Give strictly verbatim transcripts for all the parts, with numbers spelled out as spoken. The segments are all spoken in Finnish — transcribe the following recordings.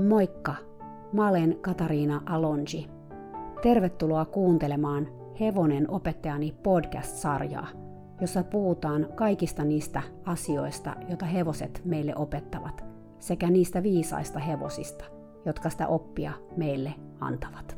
Moikka! Mä olen Katariina Alonji. Tervetuloa kuuntelemaan Hevonen opettajani podcast-sarjaa, jossa puhutaan kaikista niistä asioista, joita hevoset meille opettavat, sekä niistä viisaista hevosista, jotka sitä oppia meille antavat.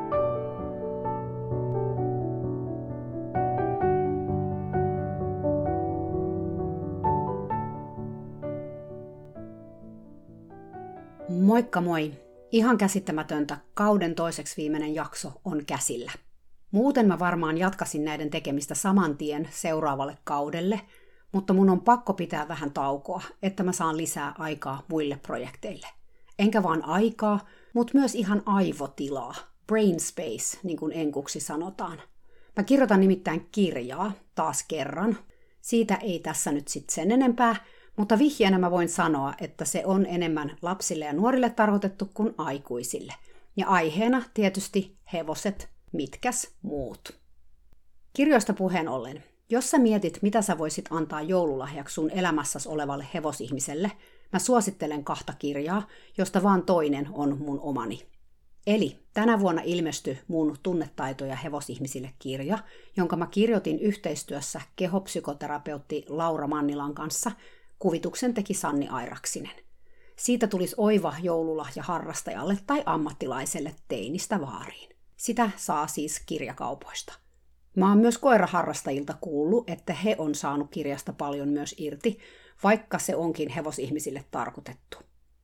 Moikka moi! Ihan käsittämätöntä, kauden toiseksi viimeinen jakso on käsillä. Muuten mä varmaan jatkasin näiden tekemistä saman tien seuraavalle kaudelle, mutta mun on pakko pitää vähän taukoa, että mä saan lisää aikaa muille projekteille. Enkä vaan aikaa, mutta myös ihan aivotilaa, brain space, niin kuin enkuksi sanotaan. Mä kirjoitan nimittäin kirjaa, taas kerran. Siitä ei tässä nyt sit sen enempää, mutta vihjeenä mä voin sanoa, että se on enemmän lapsille ja nuorille tarkoitettu kuin aikuisille. Ja aiheena tietysti hevoset, mitkäs muut. Kirjoista puheen ollen, jos sä mietit, mitä sä voisit antaa joululahjaksi sun elämässäsi olevalle hevosihmiselle, mä suosittelen kahta kirjaa, josta vaan toinen on mun omani. Eli tänä vuonna ilmestyi mun Tunnetaitoja hevosihmisille -kirja, jonka mä kirjoitin yhteistyössä kehopsykoterapeutti Laura Mannilan kanssa. Kuvituksen teki Sanni Airaksinen. Siitä tulisi oiva joululahja harrastajalle tai ammattilaiselle teinistä vaariin. Sitä saa siis kirjakaupoista. Mä oon myös koiraharrastajilta kuullut, että he on saanut kirjasta paljon myös irti, vaikka se onkin hevosihmisille tarkoitettu.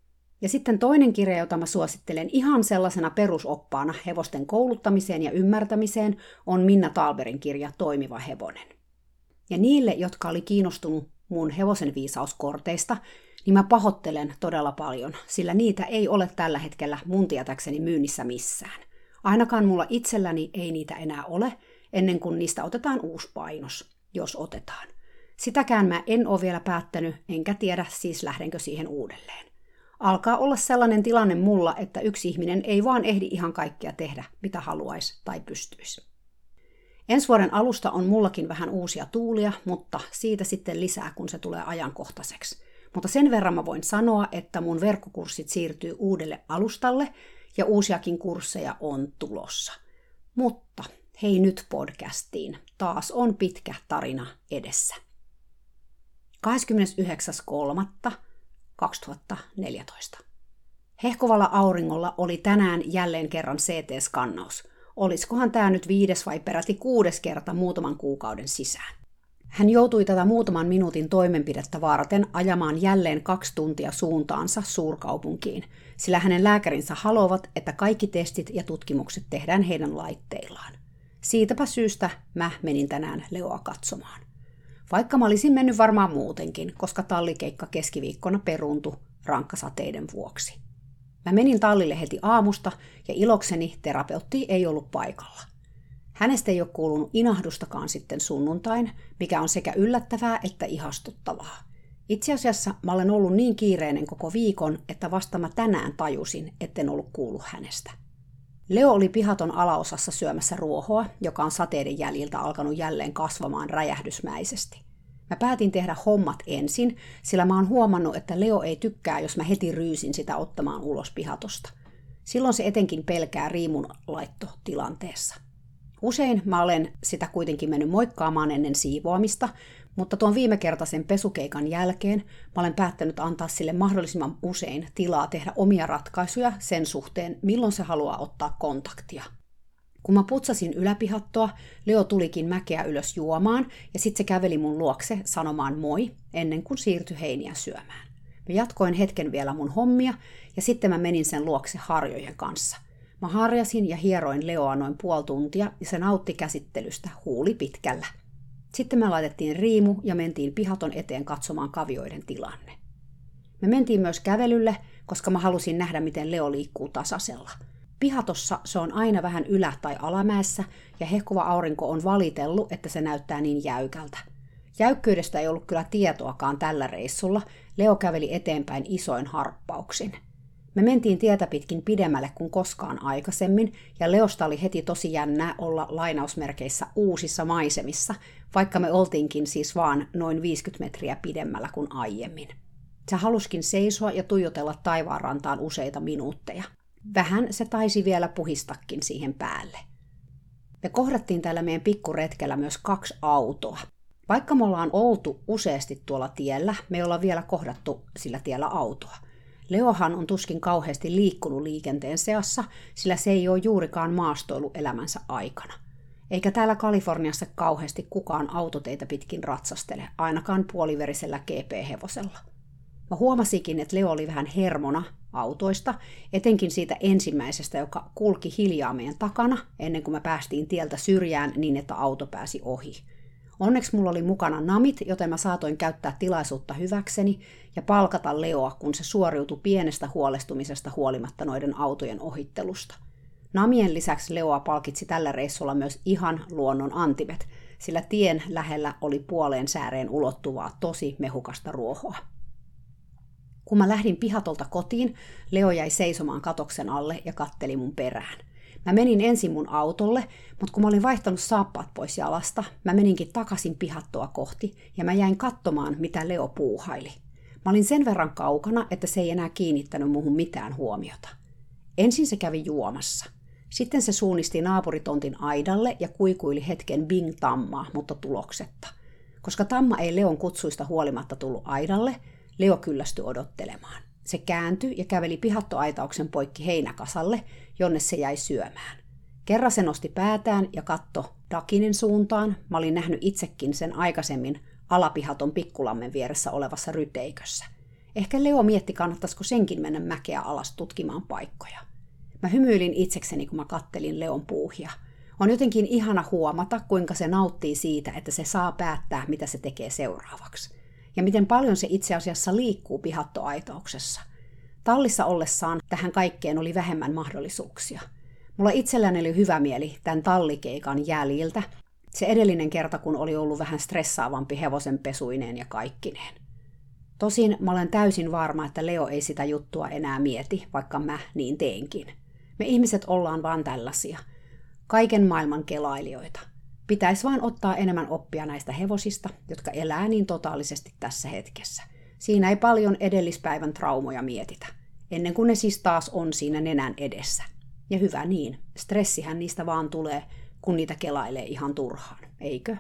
Ja sitten toinen kirja, jota mä suosittelen ihan sellaisena perusoppaana hevosten kouluttamiseen ja ymmärtämiseen, on Minna Thalbergin kirja Toimiva hevonen. Ja niille, jotka oli kiinnostunut mun hevosen viisauskorteista, niin mä pahoittelen todella paljon, sillä niitä ei ole tällä hetkellä mun tietäkseni myynnissä missään. Ainakaan mulla itselläni ei niitä enää ole, ennen kuin niistä otetaan uusi painos, jos otetaan. Sitäkään mä en ole vielä päättänyt, enkä tiedä siis lähdenkö siihen uudelleen. Alkaa olla sellainen tilanne mulla, että yksi ihminen ei vaan ehdi ihan kaikkea tehdä, mitä haluaisi tai pystyisi. Ensi vuoden alusta on mullakin vähän uusia tuulia, mutta siitä sitten lisää, kun se tulee ajankohtaiseksi. Mutta sen verran mä voin sanoa, että mun verkkokurssit siirtyy uudelle alustalle ja uusiakin kursseja on tulossa. Mutta hei nyt podcastiin, taas on pitkä tarina edessä. kahdeskymmenesyhdeksäs kolmatta kaksituhattaneljätoista. Hehkovalla auringolla oli tänään jälleen kerran C T-skannaus. Olisikohan tämä nyt viides vai peräti kuudes kerta muutaman kuukauden sisään. Hän joutui tätä muutaman minuutin toimenpidettä varten ajamaan jälleen kaksi tuntia suuntaansa suurkaupunkiin, sillä hänen lääkärinsä haluavat, että kaikki testit ja tutkimukset tehdään heidän laitteillaan. Siitäpä syystä mä menin tänään Leoa katsomaan. Vaikka mä olisin mennyt varmaan muutenkin, koska tallikeikka keskiviikkona peruuntui rankkasateiden vuoksi. Mä menin tallille heti aamusta ja ilokseni terapeutti ei ollut paikalla. Hänestä ei ole kuulunut inahdustakaan sitten sunnuntain, mikä on sekä yllättävää että ihastuttavaa. Itse asiassa mä olen ollut niin kiireinen koko viikon, että vasta mä tänään tajusin, etten ollut kuullut hänestä. Leo oli pihaton alaosassa syömässä ruohoa, joka on sateiden jäljiltä alkanut jälleen kasvamaan räjähdysmäisesti. Mä päätin tehdä hommat ensin, sillä mä oon huomannut, että Leo ei tykkää, jos mä heti ryysin sitä ottamaan ulos pihatosta. Silloin se etenkin pelkää riimunlaittotilanteessa. Usein mä olen sitä kuitenkin mennyt moikkaamaan ennen siivoamista, mutta tuon viimekertaisen pesukeikan jälkeen mä olen päättänyt antaa sille mahdollisimman usein tilaa tehdä omia ratkaisuja sen suhteen, milloin se haluaa ottaa kontaktia. Kun mä putsasin yläpihattoa, Leo tulikin mäkeä ylös juomaan ja sitten se käveli mun luokse sanomaan moi ennen kuin siirtyi heiniä syömään. Mä jatkoin hetken vielä mun hommia ja sitten mä menin sen luokse harjojen kanssa. Mä harjasin ja hieroin Leoa noin puoli tuntia ja se nautti käsittelystä huuli pitkällä. Sitten me laitettiin riimu ja mentiin pihaton eteen katsomaan kavioiden tilanne. Me mentiin myös kävelylle, koska mä halusin nähdä, miten Leo liikkuu tasaisella. Pihatossa se on aina vähän ylä- tai alamäessä ja hehkuva aurinko on valitellut, että se näyttää niin jäykältä. Jäykkyydestä ei ollut kyllä tietoakaan tällä reissulla, Leo käveli eteenpäin isoin harppauksin. Me mentiin tietä pitkin pidemmälle kuin koskaan aikaisemmin, ja Leosta oli heti tosi jännää olla lainausmerkeissä uusissa maisemissa, vaikka me oltiinkin siis vaan noin viisikymmentä metriä pidemmällä kuin aiemmin. Se haluskin seisoa ja tuijotella taivaanrantaan useita minuutteja. Vähän se taisi vielä puhistakin siihen päälle. Me kohdattiin täällä meidän pikkuretkellä myös kaksi autoa. Vaikka me ollaan oltu useasti tuolla tiellä, me ei olla vielä kohdattu sillä tiellä autoa. Leohan on tuskin kauheasti liikkunut liikenteen seassa, sillä se ei ole juurikaan maastoilu elämänsä aikana. Eikä täällä Kaliforniassa kauheasti kukaan autoteitä pitkin ratsastele, ainakaan puoliverisellä G P-hevosella. Mä huomasikin, että Leo oli vähän hermona autoista, etenkin siitä ensimmäisestä, joka kulki hiljaa meidän takana, ennen kuin me päästiin tieltä syrjään niin, että auto pääsi ohi. Onneksi mulla oli mukana namit, joten mä saatoin käyttää tilaisuutta hyväkseni ja palkata Leoa, kun se suoriutui pienestä huolestumisesta huolimatta noiden autojen ohittelusta. Namien lisäksi Leoa palkitsi tällä reissulla myös ihan luonnon antimet, sillä tien lähellä oli puoleen sääreen ulottuvaa tosi mehukasta ruohoa. Kun mä lähdin pihatolta kotiin, Leo jäi seisomaan katoksen alle ja katteli mun perään. Mä menin ensin mun autolle, mutta kun mä olin vaihtanut saappaat pois jalasta, mä meninkin takaisin pihattoa kohti ja mä jäin katsomaan, mitä Leo puuhaili. Mä olin sen verran kaukana, että se ei enää kiinnittänyt muuhun mitään huomiota. Ensin se kävi juomassa. Sitten se suunnisti naapuritontin aidalle ja kuikuili hetken bing-tammaa, mutta tuloksetta. Koska tamma ei Leon kutsuista huolimatta tullut aidalle, Leo kyllästyi odottelemaan. Se kääntyi ja käveli pihattoaitauksen poikki heinäkasalle, jonne se jäi syömään. Kerran se nosti päätään ja katto Dakinin suuntaan. Mä olin nähnyt itsekin sen aikaisemmin alapihaton pikkulammen vieressä olevassa ryteikössä. Ehkä Leo mietti, kannattaisiko senkin mennä mäkeä alas tutkimaan paikkoja. Mä hymyilin itsekseni, kun mä kattelin Leon puuhia. On jotenkin ihana huomata, kuinka se nauttii siitä, että se saa päättää, mitä se tekee seuraavaksi. Ja miten paljon se itse asiassa liikkuu pihattoaitauksessa. Tallissa ollessaan tähän kaikkeen oli vähemmän mahdollisuuksia. Mulla itselläni oli hyvä mieli tämän tallikeikan jäljiltä. Se edellinen kerta, kun oli ollut vähän stressaavampi hevosen pesuineen ja kaikkineen. Tosin mä olen täysin varma, että Leo ei sitä juttua enää mieti, vaikka mä niin teenkin. Me ihmiset ollaan vaan tällaisia. Kaiken maailman kelailijoita. Pitäisi vaan ottaa enemmän oppia näistä hevosista, jotka elää niin totaalisesti tässä hetkessä. Siinä ei paljon edellispäivän traumoja mietitä, ennen kuin ne siis taas on siinä nenän edessä. Ja hyvä niin, stressihän niistä vaan tulee, kun niitä kelailee ihan turhaan, eikö?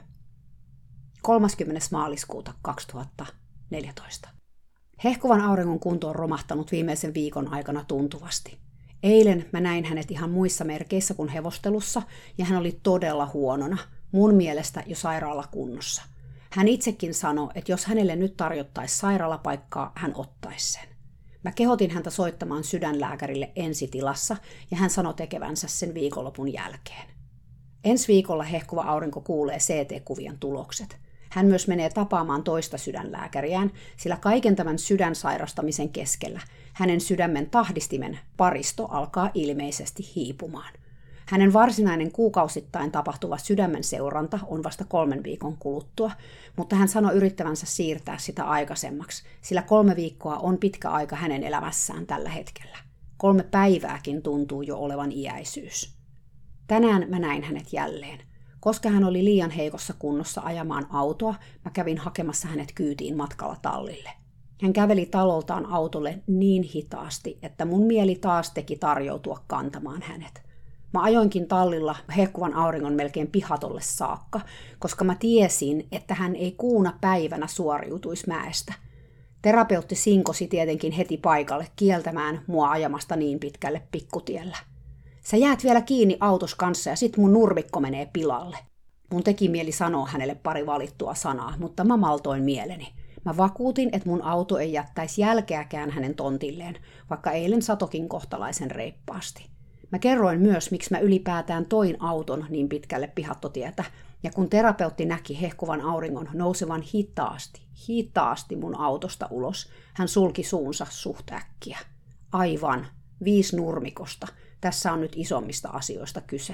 kolmaskymmenes maaliskuuta kaksituhattaneljätoista. Hehkuvan auringon kunto on romahtanut viimeisen viikon aikana tuntuvasti. Eilen mä näin hänet ihan muissa merkeissä kuin hevostelussa, ja hän oli todella huonona, mun mielestä jo sairaalakunnossa. Hän itsekin sanoi, että jos hänelle nyt tarjottaisi sairaalapaikkaa, hän ottaisi sen. Mä kehotin häntä soittamaan sydänlääkärille ensitilassa, ja hän sanoi tekevänsä sen viikonlopun jälkeen. Ensi viikolla hehkuva aurinko kuulee C T-kuvien tulokset. Hän myös menee tapaamaan toista sydänlääkäriään, sillä kaiken tämän sydänsairastamisen keskellä hänen sydämen tahdistimen paristo alkaa ilmeisesti hiipumaan. Hänen varsinainen kuukausittain tapahtuva sydämen seuranta on vasta kolmen viikon kuluttua, mutta hän sanoi yrittävänsä siirtää sitä aikaisemmaksi, sillä kolme viikkoa on pitkä aika hänen elämässään tällä hetkellä. Kolme päivääkin tuntuu jo olevan iäisyys. Tänään mä näin hänet jälleen. Koska hän oli liian heikossa kunnossa ajamaan autoa, mä kävin hakemassa hänet kyytiin matkalla tallille. Hän käveli taloltaan autolle niin hitaasti, että mun mieli taas teki tarjoutua kantamaan hänet. Mä ajoinkin tallilla hehkuvan auringon melkein pihatolle saakka, koska mä tiesin, että hän ei kuuna päivänä suoriutuisi mäestä. Terapeutti sinkosi tietenkin heti paikalle kieltämään mua ajamasta niin pitkälle pikkutiellä. Sä jäät vielä kiinni autos kanssa ja sit mun nurmikko menee pilalle. Mun teki mieli sanoa hänelle pari valittua sanaa, mutta mä maltoin mieleni. Mä vakuutin, että mun auto ei jättäisi jälkeäkään hänen tontilleen, vaikka eilen satokin kohtalaisen reippaasti. Mä kerroin myös, miksi mä ylipäätään toin auton niin pitkälle pihattotietä, ja kun terapeutti näki hehkuvan auringon nousevan hitaasti, hitaasti mun autosta ulos, hän sulki suunsa suht äkkiä. Aivan, viisi nurmikosta. Tässä on nyt isommista asioista kyse.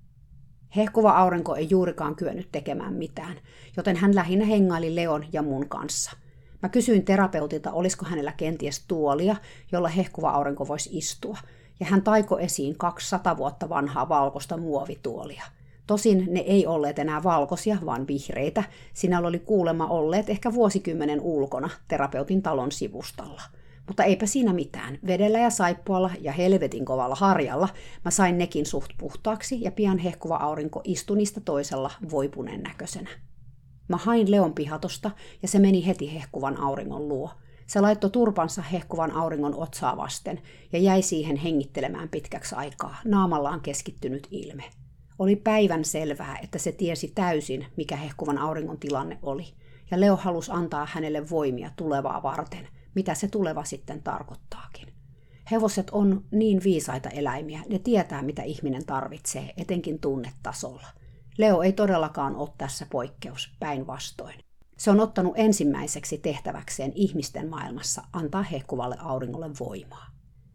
Hehkuva aurinko ei juurikaan kyennyt tekemään mitään, joten hän lähinnä hengaili Leon ja mun kanssa. Mä kysyin terapeutilta, olisiko hänellä kenties tuolia, jolla hehkuva aurinko voisi istua, ja hän taiko esiin kaksisataa vuotta vanhaa valkoista muovituolia. Tosin ne ei olleet enää valkoisia, vaan vihreitä. Siinä oli kuulemma olleet ehkä vuosikymmenen ulkona terapeutin talon sivustalla. Mutta eipä siinä mitään. Vedellä ja saippualla ja helvetin kovalla harjalla mä sain nekin suht puhtaaksi ja pian hehkuva aurinko istui niistä toisella voipuneen näköisenä. Mä hain Leon pihatosta ja se meni heti hehkuvan auringon luo. Se laittoi turpansa hehkuvan auringon otsaa vasten ja jäi siihen hengittelemään pitkäksi aikaa, naamallaan keskittynyt ilme. Oli päivän selvää, että se tiesi täysin, mikä hehkuvan auringon tilanne oli, ja Leo halusi antaa hänelle voimia tulevaa varten, mitä se tuleva sitten tarkoittaakin. Hevoset on niin viisaita eläimiä, ne tietää mitä ihminen tarvitsee, etenkin tunnetasolla. Leo ei todellakaan ole tässä poikkeus, päinvastoin. Se on ottanut ensimmäiseksi tehtäväkseen ihmisten maailmassa antaa hehkuvalle auringolle voimaa.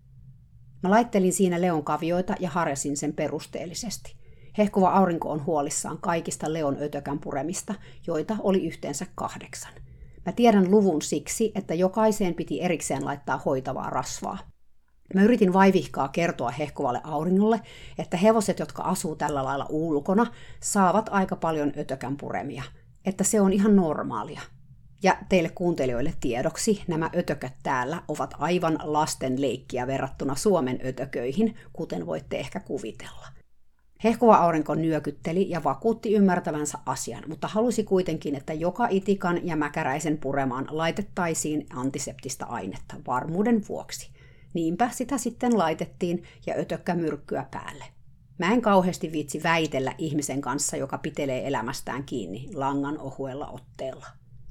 Mä laittelin siinä Leon kavioita ja harjasin sen perusteellisesti. Hehkuva aurinko on huolissaan kaikista Leon ötökän puremista, joita oli yhteensä kahdeksan. Mä tiedän luvun siksi, että jokaiseen piti erikseen laittaa hoitavaa rasvaa. Mä yritin vaivihkaa kertoa hehkuvalle auringolle, että hevoset, jotka asuu tällä lailla ulkona, saavat aika paljon ötökän puremia, että se on ihan normaalia. Ja teille kuuntelijoille tiedoksi, nämä ötököt täällä ovat aivan lasten leikkiä verrattuna Suomen ötököihin, kuten voitte ehkä kuvitella. Hehkuva aurinko nyökytteli ja vakuutti ymmärtävänsä asian, mutta halusi kuitenkin, että joka itikan ja mäkäräisen puremaan laitettaisiin antiseptistä ainetta varmuuden vuoksi. Niinpä sitä sitten laitettiin ja ötökkämyrkkyä päälle. Mä en kauheasti viitsi väitellä ihmisen kanssa, joka pitelee elämästään kiinni langan ohuella otteella.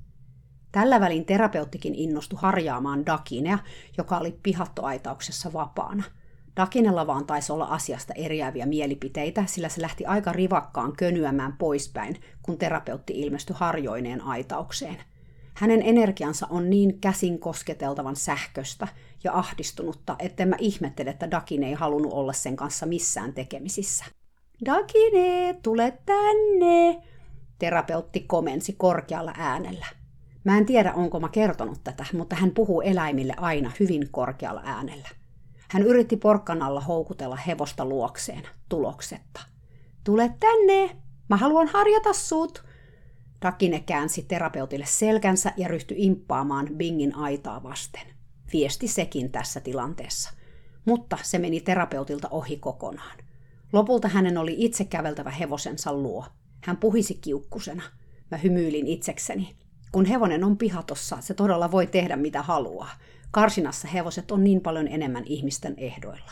Tällä välin terapeuttikin innostui harjaamaan Dakinea, joka oli pihattoaitauksessa vapaana. Dakinella vaan taisi olla asiasta eriäviä mielipiteitä, sillä se lähti aika rivakkaan könyämään poispäin, kun terapeutti ilmestyi harjoineen aitaukseen. Hänen energiansa on niin käsin kosketeltavan sähköstä ja ahdistunutta, etten mä ihmettele, että Dakine ei halunnut olla sen kanssa missään tekemisissä. Dakine, tule tänne! Terapeutti komensi korkealla äänellä. Mä en tiedä, onko mä kertonut tätä, mutta hän puhuu eläimille aina hyvin korkealla äänellä. Hän yritti porkkanalla houkutella hevosta luokseen, tuloksetta. Tule tänne! Mä haluan harjata sut! Dakine käänsi terapeutille selkänsä ja ryhtyi imppaamaan Bingin aitaa vasten. Viesti sekin tässä tilanteessa. Mutta se meni terapeutilta ohi kokonaan. Lopulta hänen oli itse käveltävä hevosensa luo. Hän puhisi kiukkusena. Mä hymyilin itsekseni. Kun hevonen on pihatossa, se todella voi tehdä mitä haluaa. Karsinassa hevoset on niin paljon enemmän ihmisten ehdoilla.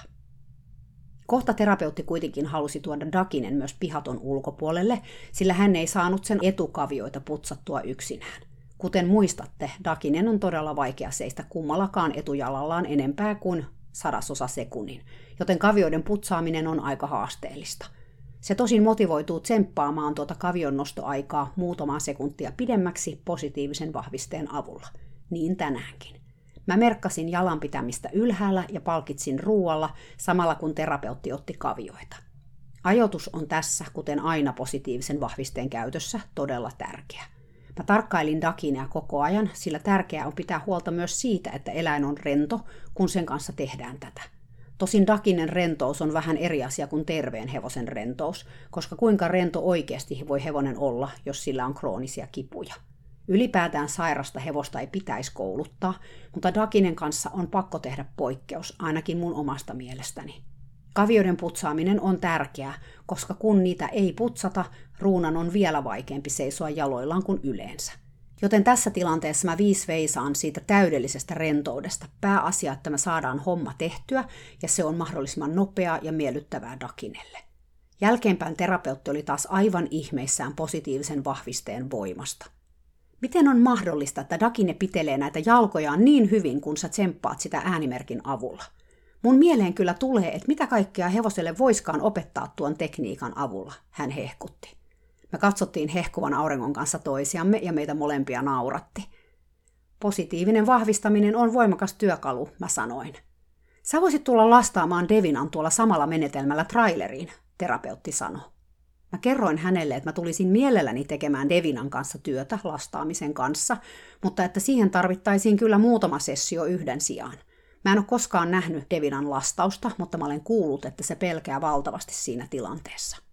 Kohta terapeutti kuitenkin halusi tuoda Dakinen myös pihaton ulkopuolelle, sillä hän ei saanut sen etukavioita putsattua yksinään. Kuten muistatte, Dakinen on todella vaikea seistä kummallakaan etujalallaan enempää kuin sadasosa sekunnin, joten kavioiden putsaaminen on aika haasteellista. Se tosin motivoituu tsemppaamaan tuota kavion nostoaikaa muutamaa sekuntia pidemmäksi positiivisen vahvisteen avulla. Niin tänäänkin. Mä merkkasin jalan pitämistä ylhäällä ja palkitsin ruualla samalla kun terapeutti otti kavioita. Ajoitus on tässä, kuten aina positiivisen vahvisteen käytössä, todella tärkeä. Mä tarkkailin Dakinea koko ajan, sillä tärkeää on pitää huolta myös siitä, että eläin on rento, kun sen kanssa tehdään tätä. Tosin Dakinen rentous on vähän eri asia kuin terveen hevosen rentous, koska kuinka rento oikeasti voi hevonen olla, jos sillä on kroonisia kipuja. Ylipäätään sairasta hevosta ei pitäisi kouluttaa, mutta Dakinen kanssa on pakko tehdä poikkeus, ainakin mun omasta mielestäni. Kavioiden putsaaminen on tärkeää, koska kun niitä ei putsata, ruunan on vielä vaikeampi seisoa jaloillaan kuin yleensä. Joten tässä tilanteessa mä viis veisaan siitä täydellisestä rentoudesta. Pääasia, että me saadaan homma tehtyä ja se on mahdollisimman nopeaa ja miellyttävää Dakinelle. Jälkeenpäin terapeutti oli taas aivan ihmeissään positiivisen vahvisteen voimasta. Miten on mahdollista, että Dakine pitelee näitä jalkojaan niin hyvin, kun sä tsemppaat sitä äänimerkin avulla? Mun mieleen kyllä tulee, että mitä kaikkea hevoselle voiskaan opettaa tuon tekniikan avulla, hän hehkutti. Me katsottiin hehkuvan auringon kanssa toisiamme ja meitä molempia nauratti. Positiivinen vahvistaminen on voimakas työkalu, mä sanoin. Sä voisit tulla lastaamaan Devinan tuolla samalla menetelmällä traileriin, terapeutti sanoi. Mä kerroin hänelle, että mä tulisin mielelläni tekemään Devinan kanssa työtä lastaamisen kanssa, mutta että siihen tarvittaisiin kyllä muutama sessio yhden sijaan. Mä en ole koskaan nähnyt Devinan lastausta, mutta mä olen kuullut, että se pelkää valtavasti siinä tilanteessa.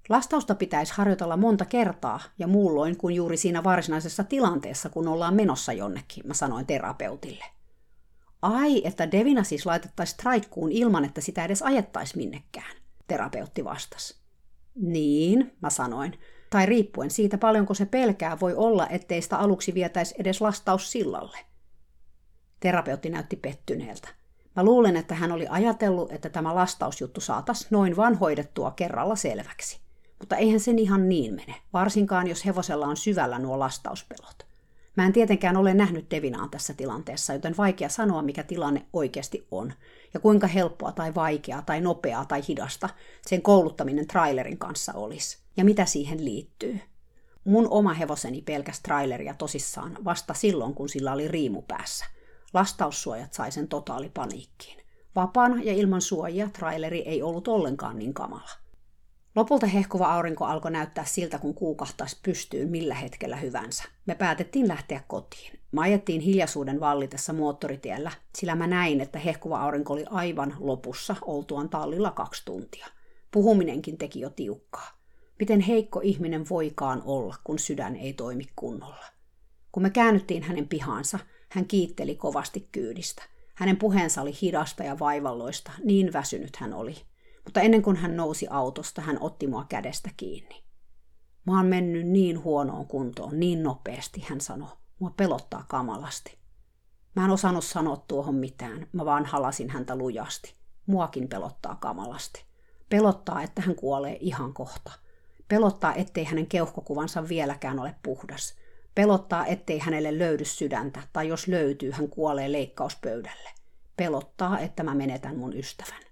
Lastausta pitäisi harjoitella monta kertaa ja muulloin kuin juuri siinä varsinaisessa tilanteessa, kun ollaan menossa jonnekin, mä sanoin terapeutille. Ai, että Devina siis laitettaisiin traikkuun ilman, että sitä edes ajettaisi minnekään, terapeutti vastasi. Niin, mä sanoin. Tai riippuen siitä paljonko se pelkää, voi olla, ettei sitä aluksi vietäisi edes lastaussillalle. Terapeutti näytti pettyneeltä. Mä luulen, että hän oli ajatellut, että tämä lastausjuttu saataisiin noin vaan hoidettua kerralla selväksi. Mutta eihän sen ihan niin mene, varsinkaan jos hevosella on syvällä nuo lastauspelot. Mä en tietenkään ole nähnyt Devinaa tässä tilanteessa, joten vaikea sanoa, mikä tilanne oikeasti on, ja kuinka helppoa tai vaikeaa tai nopeaa tai hidasta sen kouluttaminen trailerin kanssa olisi, ja mitä siihen liittyy. Mun oma hevoseni pelkäsi traileria tosissaan vasta silloin, kun sillä oli riimu päässä. Lastaussuojat sai sen totaalipaniikkiin. Vapaana ja ilman suojia traileri ei ollut ollenkaan niin kamala. Lopulta hehkuva aurinko alkoi näyttää siltä, kun kuu kahtaisi pystyyn millä hetkellä hyvänsä. Me päätettiin lähteä kotiin. Me ajettiin hiljaisuuden vallitessa moottoritiellä, sillä mä näin, että hehkuva aurinko oli aivan lopussa oltuaan tallilla kaksi tuntia. Puhuminenkin teki jo tiukkaa. Miten heikko ihminen voikaan olla, kun sydän ei toimi kunnolla. Kun me käännyttiin hänen pihaansa, hän kiitteli kovasti kyydistä. Hänen puheensa oli hidasta ja vaivalloista, niin väsynyt hän oli. Mutta ennen kuin hän nousi autosta, hän otti mua kädestä kiinni. Mä oon mennyt niin huonoon kuntoon, niin nopeasti, hän sanoi. Mua pelottaa kamalasti. Mä en osannut sanoa tuohon mitään, mä vaan halasin häntä lujasti. Muakin pelottaa kamalasti. Pelottaa, että hän kuolee ihan kohta. Pelottaa, ettei hänen keuhkokuvansa vieläkään ole puhdas. Pelottaa, ettei hänelle löydy sydäntä, tai jos löytyy, hän kuolee leikkauspöydälle. Pelottaa, että mä menetän mun ystävän.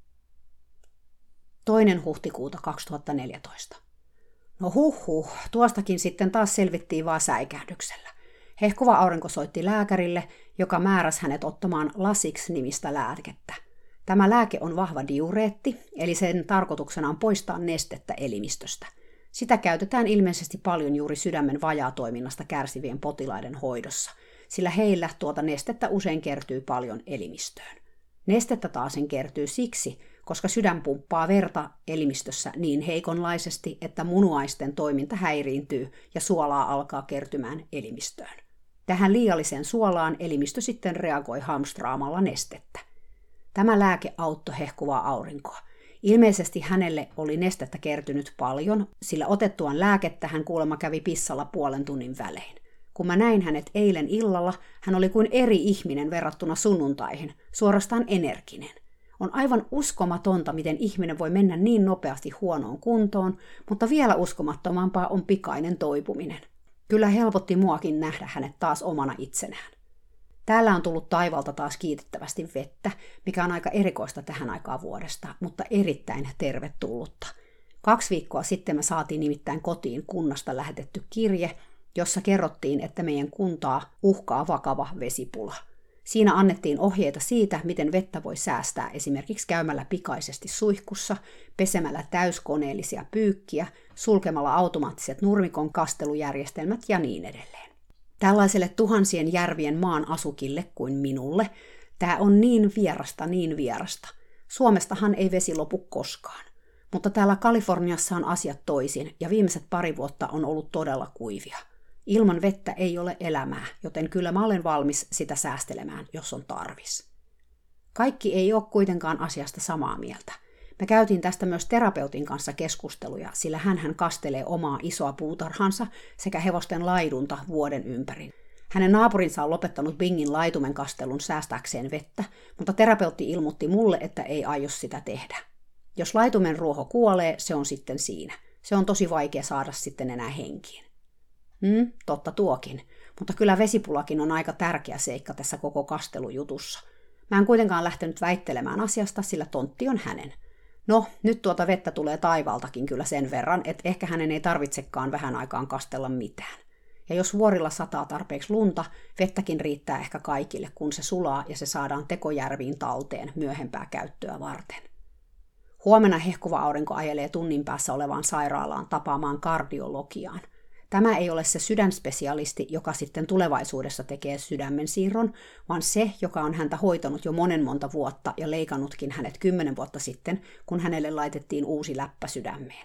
Toinen huhtikuuta kaksituhattaneljätoista. No huh huh, tuostakin sitten taas selvittiin vaan säikähdyksellä. Hehkuva aurinko soitti lääkärille, joka määräsi hänet ottamaan Lasix-nimistä lääkettä. Tämä lääke on vahva diureetti, eli sen tarkoituksena on poistaa nestettä elimistöstä. Sitä käytetään ilmeisesti paljon juuri sydämen vajaatoiminnasta kärsivien potilaiden hoidossa, sillä heillä tuota nestettä usein kertyy paljon elimistöön. Nestettä taasen kertyy siksi, koska sydän pumppaa verta elimistössä niin heikonlaisesti, että munuaisten toiminta häiriintyy ja suolaa alkaa kertymään elimistöön. Tähän liialliseen suolaan elimistö sitten reagoi hamstraamalla nestettä. Tämä lääke auttoi hehkuvaa aurinkoa. Ilmeisesti hänelle oli nestettä kertynyt paljon, sillä otettuaan lääkettä hän kuulemma kävi pissalla puolen tunnin välein. Kun mä näin hänet eilen illalla, hän oli kuin eri ihminen verrattuna sunnuntaihin, suorastaan energinen. On aivan uskomatonta, miten ihminen voi mennä niin nopeasti huonoon kuntoon, mutta vielä uskomattomampaa on pikainen toipuminen. Kyllä helpotti muakin nähdä hänet taas omana itsenään. Täällä on tullut taivalta taas kiitettävästi vettä, mikä on aika erikoista tähän aikaan vuodesta, mutta erittäin tervetullutta. Kaksi viikkoa sitten me saatiin nimittäin kotiin kunnasta lähetetty kirje, jossa kerrottiin, että meidän kuntaa uhkaa vakava vesipula. Siinä annettiin ohjeita siitä, miten vettä voi säästää esimerkiksi käymällä pikaisesti suihkussa, pesemällä täyskoneellisia pyykkiä, sulkemalla automaattiset nurmikon kastelujärjestelmät ja niin edelleen. Tällaiselle tuhansien järvien maan asukille kuin minulle tämä on niin vierasta, niin vierasta. Suomestahan ei vesi lopu koskaan. Mutta täällä Kaliforniassa on asiat toisin ja viimeiset pari vuotta on ollut todella kuivia. Ilman vettä ei ole elämää, joten kyllä mä olen valmis sitä säästelemään, jos on tarvis. Kaikki ei ole kuitenkaan asiasta samaa mieltä. Me käytiin tästä myös terapeutin kanssa keskusteluja, sillä hänhän kastelee omaa isoa puutarhansa sekä hevosten laidunta vuoden ympäri. Hänen naapurinsa on lopettanut Bingin laitumen kastelun säästääkseen vettä, mutta terapeutti ilmoitti mulle, että ei aio sitä tehdä. Jos laitumen ruoho kuolee, se on sitten siinä. Se on tosi vaikea saada sitten enää henkiin. Hmm, totta tuokin, mutta kyllä vesipulakin on aika tärkeä seikka tässä koko kastelujutussa. Mä en kuitenkaan lähtenyt väittelemään asiasta, sillä tontti on hänen. No, nyt tuota vettä tulee taivaaltakin kyllä sen verran, että ehkä hänen ei tarvitsekaan vähän aikaan kastella mitään. Ja jos vuorilla sataa tarpeeksi lunta, vettäkin riittää ehkä kaikille, kun se sulaa ja se saadaan tekojärviin talteen myöhempää käyttöä varten. Huomenna hehkuva aurinko ajelee tunnin päässä olevaan sairaalaan tapaamaan kardiologiaan. Tämä ei ole se sydänspesialisti, joka sitten tulevaisuudessa tekee sydämen siirron, vaan se, joka on häntä hoitanut jo monen monta vuotta ja leikannutkin hänet kymmenen vuotta sitten, kun hänelle laitettiin uusi läppä sydämeen.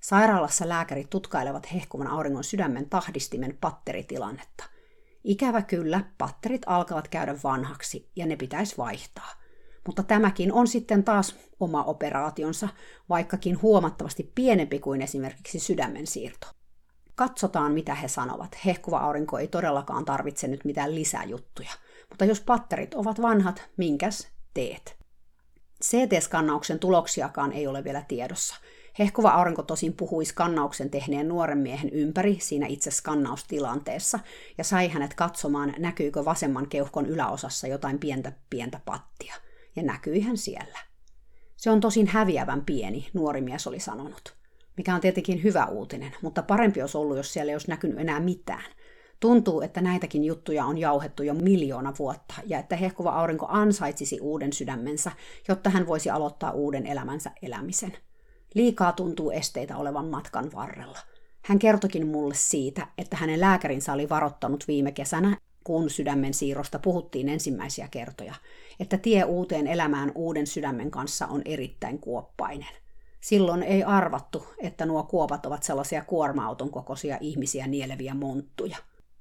Sairaalassa lääkärit tutkailevat hehkuvan auringon sydämen tahdistimen patteritilannetta. Ikävä kyllä, patterit alkavat käydä vanhaksi ja ne pitäisi vaihtaa. Mutta tämäkin on sitten taas oma operaationsa, vaikkakin huomattavasti pienempi kuin esimerkiksi sydämen siirto. Katsotaan, mitä he sanovat. Hehkuva aurinko ei todellakaan tarvitse nyt mitään lisäjuttuja. Mutta jos patterit ovat vanhat, minkäs teet? C T-skannauksen tuloksiakaan ei ole vielä tiedossa. Hehkuva aurinko tosin puhui skannauksen tehneen nuoren miehen ympäri siinä itse skannaustilanteessa ja sai hänet katsomaan, näkyykö vasemman keuhkon yläosassa jotain pientä pientä pattia. Ja näkyihän siellä. Se on tosin häviävän pieni, nuori mies oli sanonut. Mikä on tietenkin hyvä uutinen, mutta parempi olisi ollut, jos siellä ei olisi näkynyt enää mitään. Tuntuu, että näitäkin juttuja on jauhettu jo miljoona vuotta, ja että hehkuva aurinko ansaitsisi uuden sydämensä, jotta hän voisi aloittaa uuden elämänsä elämisen. Liikaa tuntuu esteitä olevan matkan varrella. Hän kertokin mulle siitä, että hänen lääkärinsä oli varoittanut viime kesänä, kun sydämen siirrosta puhuttiin ensimmäisiä kertoja, että tie uuteen elämään uuden sydämen kanssa on erittäin kuoppainen. Silloin ei arvattu, että nuo kuopat ovat sellaisia kuorma-auton kokoisia ihmisiä nieleviä monttuja.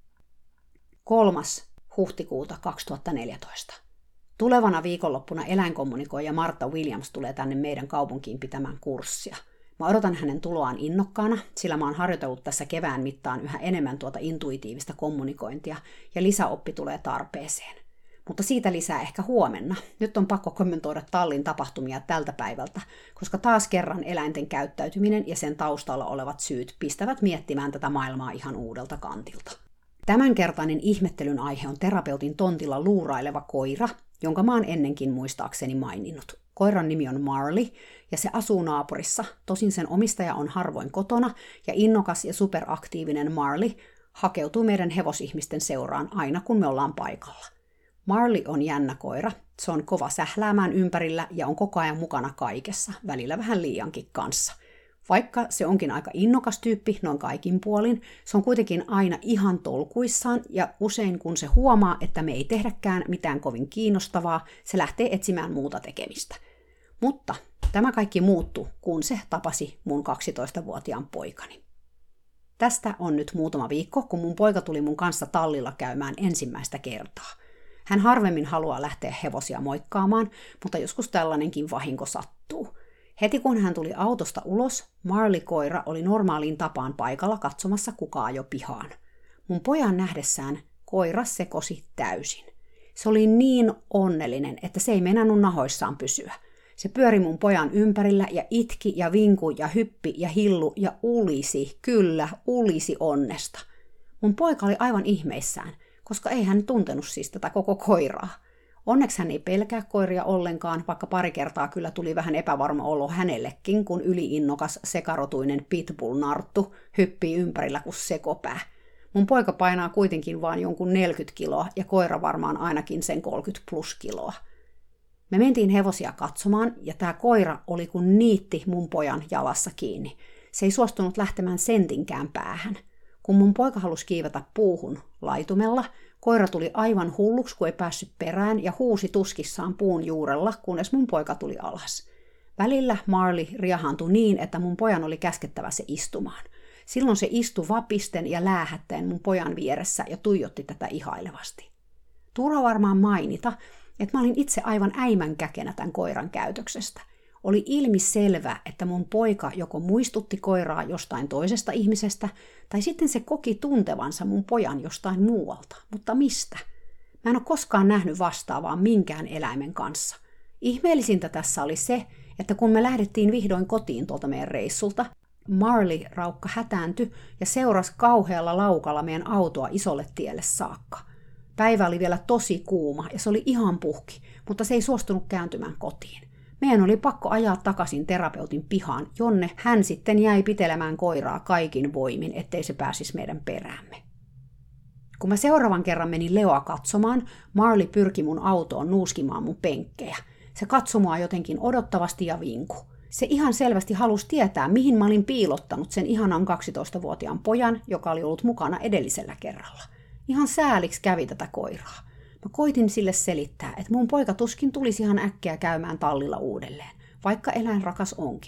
kolmas huhtikuuta kaksituhattaneljätoista. Tulevana viikonloppuna eläinkommunikoija Martha Williams tulee tänne meidän kaupunkiin pitämään kurssia. Mä odotan hänen tuloaan innokkaana, sillä mä oon harjoitellut tässä kevään mittaan yhä enemmän tuota intuitiivista kommunikointia, ja lisäoppi tulee tarpeeseen. Mutta siitä lisää ehkä huomenna. Nyt on pakko kommentoida tallin tapahtumia tältä päivältä, koska taas kerran eläinten käyttäytyminen ja sen taustalla olevat syyt pistävät miettimään tätä maailmaa ihan uudelta kantilta. Tämänkertainen ihmettelyn aihe on terapeutin tontilla luuraileva koira, jonka mä oon ennenkin muistaakseni maininnut. Koiran nimi on Marley, ja se asuu naapurissa, tosin sen omistaja on harvoin kotona, ja innokas ja superaktiivinen Marley hakeutuu meidän hevosihmisten seuraan aina kun me ollaan paikalla. Marley on jännä koira, se on kova sähläämään ympärillä ja on koko ajan mukana kaikessa, välillä vähän liiankin kanssa. Vaikka se onkin aika innokas tyyppi noin kaikin puolin, se on kuitenkin aina ihan tolkuissaan ja usein kun se huomaa, että me ei tehdäkään mitään kovin kiinnostavaa, se lähtee etsimään muuta tekemistä. Mutta tämä kaikki muuttui, kun se tapasi mun kaksitoistavuotiaan poikani. Tästä on nyt muutama viikko, kun mun poika tuli mun kanssa tallilla käymään ensimmäistä kertaa. Hän harvemmin haluaa lähteä hevosia moikkaamaan, mutta joskus tällainenkin vahinko sattuu. Heti kun hän tuli autosta ulos, Marley-koira oli normaaliin tapaan paikalla katsomassa kukaa jo pihaan. Mun pojan nähdessään koira sekosi täysin. Se oli niin onnellinen, että se ei meinannut nahoissaan pysyä. Se pyöri mun pojan ympärillä ja itki ja vinkui ja hyppi ja hillu ja ulisi, kyllä, ulisi onnesta. Mun poika oli aivan ihmeissään, koska ei hän tuntenut siis tätä koko koiraa. Onneksi hän ei pelkää koiria ollenkaan, vaikka pari kertaa kyllä tuli vähän epävarma olo hänellekin, kun yliinnokas sekarotuinen pitbull-narttu hyppii ympärillä kuin sekopää. Mun poika painaa kuitenkin vain jonkun neljäkymmentä kiloa ja koira varmaan ainakin sen kolmekymmentä plus kiloa. Me mentiin hevosia katsomaan ja tää koira oli kuin niitti mun pojan jalassa kiinni. Se ei suostunut lähtemään sentinkään päähän. Kun mun poika halusi kiivetä puuhun laitumella, koira tuli aivan hulluksi, kun ei päässyt perään ja huusi tuskissaan puun juurella, kunnes mun poika tuli alas. Välillä Marley riahaantui niin, että mun pojan oli käskettävä se istumaan. Silloin se istui vapisten ja läähättäen mun pojan vieressä ja tuijotti tätä ihailevasti. Turha varmaan mainita, että mä olin itse aivan äimänkäkenä tämän koiran käytöksestä. Oli ilmiselvä, että mun poika joko muistutti koiraa jostain toisesta ihmisestä, tai sitten se koki tuntevansa mun pojan jostain muualta. Mutta mistä? Mä en ole koskaan nähnyt vastaavaa minkään eläimen kanssa. Ihmeellisintä tässä oli se, että kun me lähdettiin vihdoin kotiin tuolta meidän reissulta, Marley raukka hätääntyi ja seurasi kauhealla laukalla meidän autoa isolle tielle saakka. Päivä oli vielä tosi kuuma ja se oli ihan puhki, mutta se ei suostunut kääntymään kotiin. Meidän oli pakko ajaa takaisin terapeutin pihaan, jonne hän sitten jäi pitelemään koiraa kaikin voimin, ettei se pääsisi meidän peräämme. Kun mä seuraavan kerran menin Leoa katsomaan, Marley pyrki mun autoon nuuskimaan mun penkkejä. Se katsoi mua jotenkin odottavasti ja vinku. Se ihan selvästi halusi tietää, mihin mä olin piilottanut sen ihanan kaksitoistavuotiaan pojan, joka oli ollut mukana edellisellä kerralla. Ihan sääliksi kävi tätä koiraa. Mä koitin sille selittää, että mun poika tuskin tulisi ihan äkkiä käymään tallilla uudelleen, vaikka eläin rakas onkin.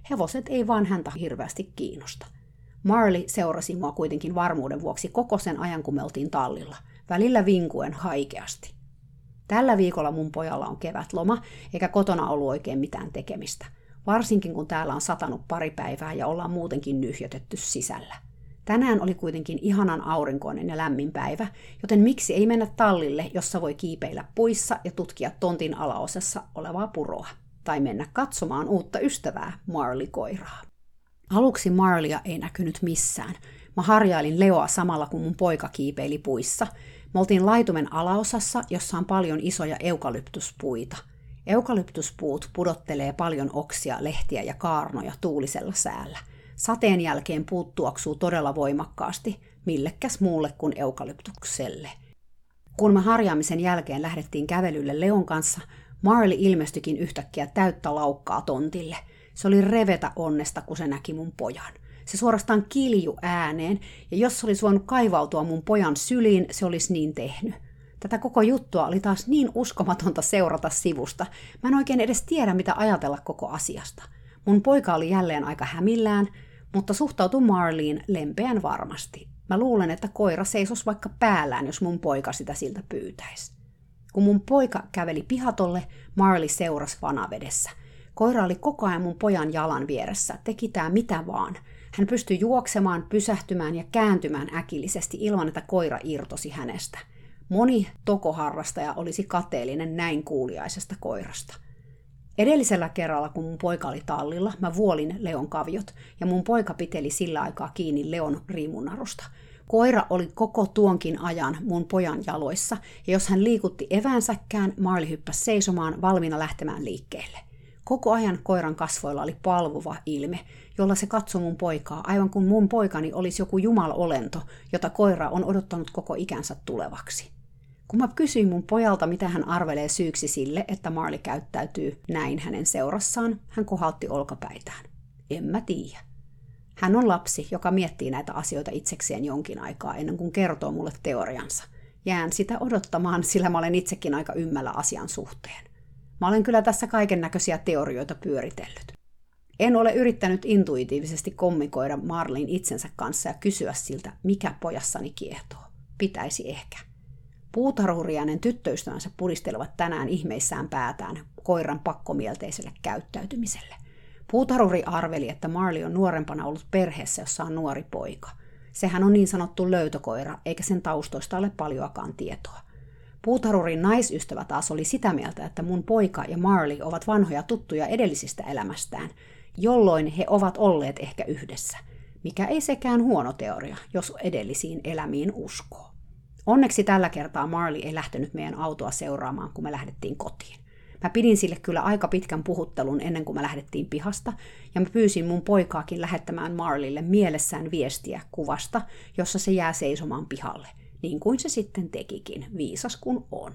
Hevoset ei vaan häntä hirveästi kiinnosta. Marley seurasi mua kuitenkin varmuuden vuoksi koko sen ajan, kun me oltiin tallilla, välillä vinkuen haikeasti. Tällä viikolla mun pojalla on kevätloma, eikä kotona ollut oikein mitään tekemistä. Varsinkin kun täällä on satanut pari päivää ja ollaan muutenkin nyhjötetty sisällä. Tänään oli kuitenkin ihanan aurinkoinen ja lämmin päivä, joten miksi ei mennä tallille, jossa voi kiipeillä puissa ja tutkia tontin alaosassa olevaa puroa. Tai mennä katsomaan uutta ystävää, Marley-koiraa. Aluksi Marleya ei näkynyt missään. Mä harjailin Leoa samalla kun mun poika kiipeili puissa. Me oltiin laitumen alaosassa, jossa on paljon isoja eukalyptuspuita. Eukalyptuspuut pudottelee paljon oksia, lehtiä ja kaarnoja tuulisella säällä. Sateen jälkeen puut tuoksuu todella voimakkaasti, millekäs muulle kuin eukalyptukselle. Kun me harjaamisen jälkeen lähdettiin kävelylle Leon kanssa, Marley ilmestyikin yhtäkkiä täyttä laukkaa tontille. Se oli revetä onnesta, kun se näki mun pojan. Se suorastaan kilju ääneen, ja jos se olisi voinut kaivautua mun pojan syliin, se olisi niin tehnyt. Tätä koko juttua oli taas niin uskomatonta seurata sivusta. Mä en oikein edes tiedä, mitä ajatella koko asiasta. Mun poika oli jälleen aika hämillään, mutta suhtautui Marleyin lempeän varmasti. Mä luulen, että koira seisos vaikka päällään, jos mun poika sitä siltä pyytäisi. Kun mun poika käveli pihatolle, Marley seurasi vanavedessä. Koira oli koko ajan mun pojan jalan vieressä, teki tää mitä vaan. Hän pystyi juoksemaan, pysähtymään ja kääntymään äkillisesti ilman, että koira irtosi hänestä. Moni tokoharrastaja olisi kateellinen näin kuuliaisesta koirasta. Edellisellä kerralla, kun mun poika oli tallilla, mä vuolin Leon kaviot ja mun poika piteli sillä aikaa kiinni Leon riimunarusta. Koira oli koko tuonkin ajan mun pojan jaloissa ja jos hän liikutti eväänsäkään, Marley hyppäsi seisomaan valmiina lähtemään liikkeelle. Koko ajan koiran kasvoilla oli palvuva ilme, jolla se katsoi mun poikaa, aivan kuin mun poikani olisi joku jumalolento, jota koira on odottanut koko ikänsä tulevaksi. Kun mä kysyin mun pojalta, mitä hän arvelee syyksi sille, että Marley käyttäytyy näin hänen seurassaan, hän kohaltti olkapäitään. En mä tiedä. Hän on lapsi, joka miettii näitä asioita itsekseen jonkin aikaa ennen kuin kertoo mulle teoriansa. Jään sitä odottamaan, sillä mä olen itsekin aika ymmällä asian suhteen. Mä olen kyllä tässä kaiken näköisiä teorioita pyöritellyt. En ole yrittänyt intuitiivisesti kommunikoida Marleyn itsensä kanssa ja kysyä siltä, mikä pojassani kiehtoo. Pitäisi ehkä. Puutarhuri ja hänen tyttöystävänsä pudistelevat tänään ihmeissään päätään koiran pakkomielteiselle käyttäytymiselle. Puutarhuri arveli, että Marley on nuorempana ollut perheessä, jossa on nuori poika. Sehän on niin sanottu löytökoira, eikä sen taustoista ole paljoakaan tietoa. Puutarhurin naisystävä taas oli sitä mieltä, että mun poika ja Marley ovat vanhoja tuttuja edellisistä elämästään, jolloin he ovat olleet ehkä yhdessä, mikä ei sekään huono teoria, jos edellisiin elämiin uskoo. Onneksi tällä kertaa Marley ei lähtenyt meidän autoa seuraamaan, kun me lähdettiin kotiin. Mä pidin sille kyllä aika pitkän puhuttelun ennen kuin me lähdettiin pihasta, ja mä pyysin mun poikaakin lähettämään Marleylle mielessään viestiä kuvasta, jossa se jää seisomaan pihalle, niin kuin se sitten tekikin, viisas kun on.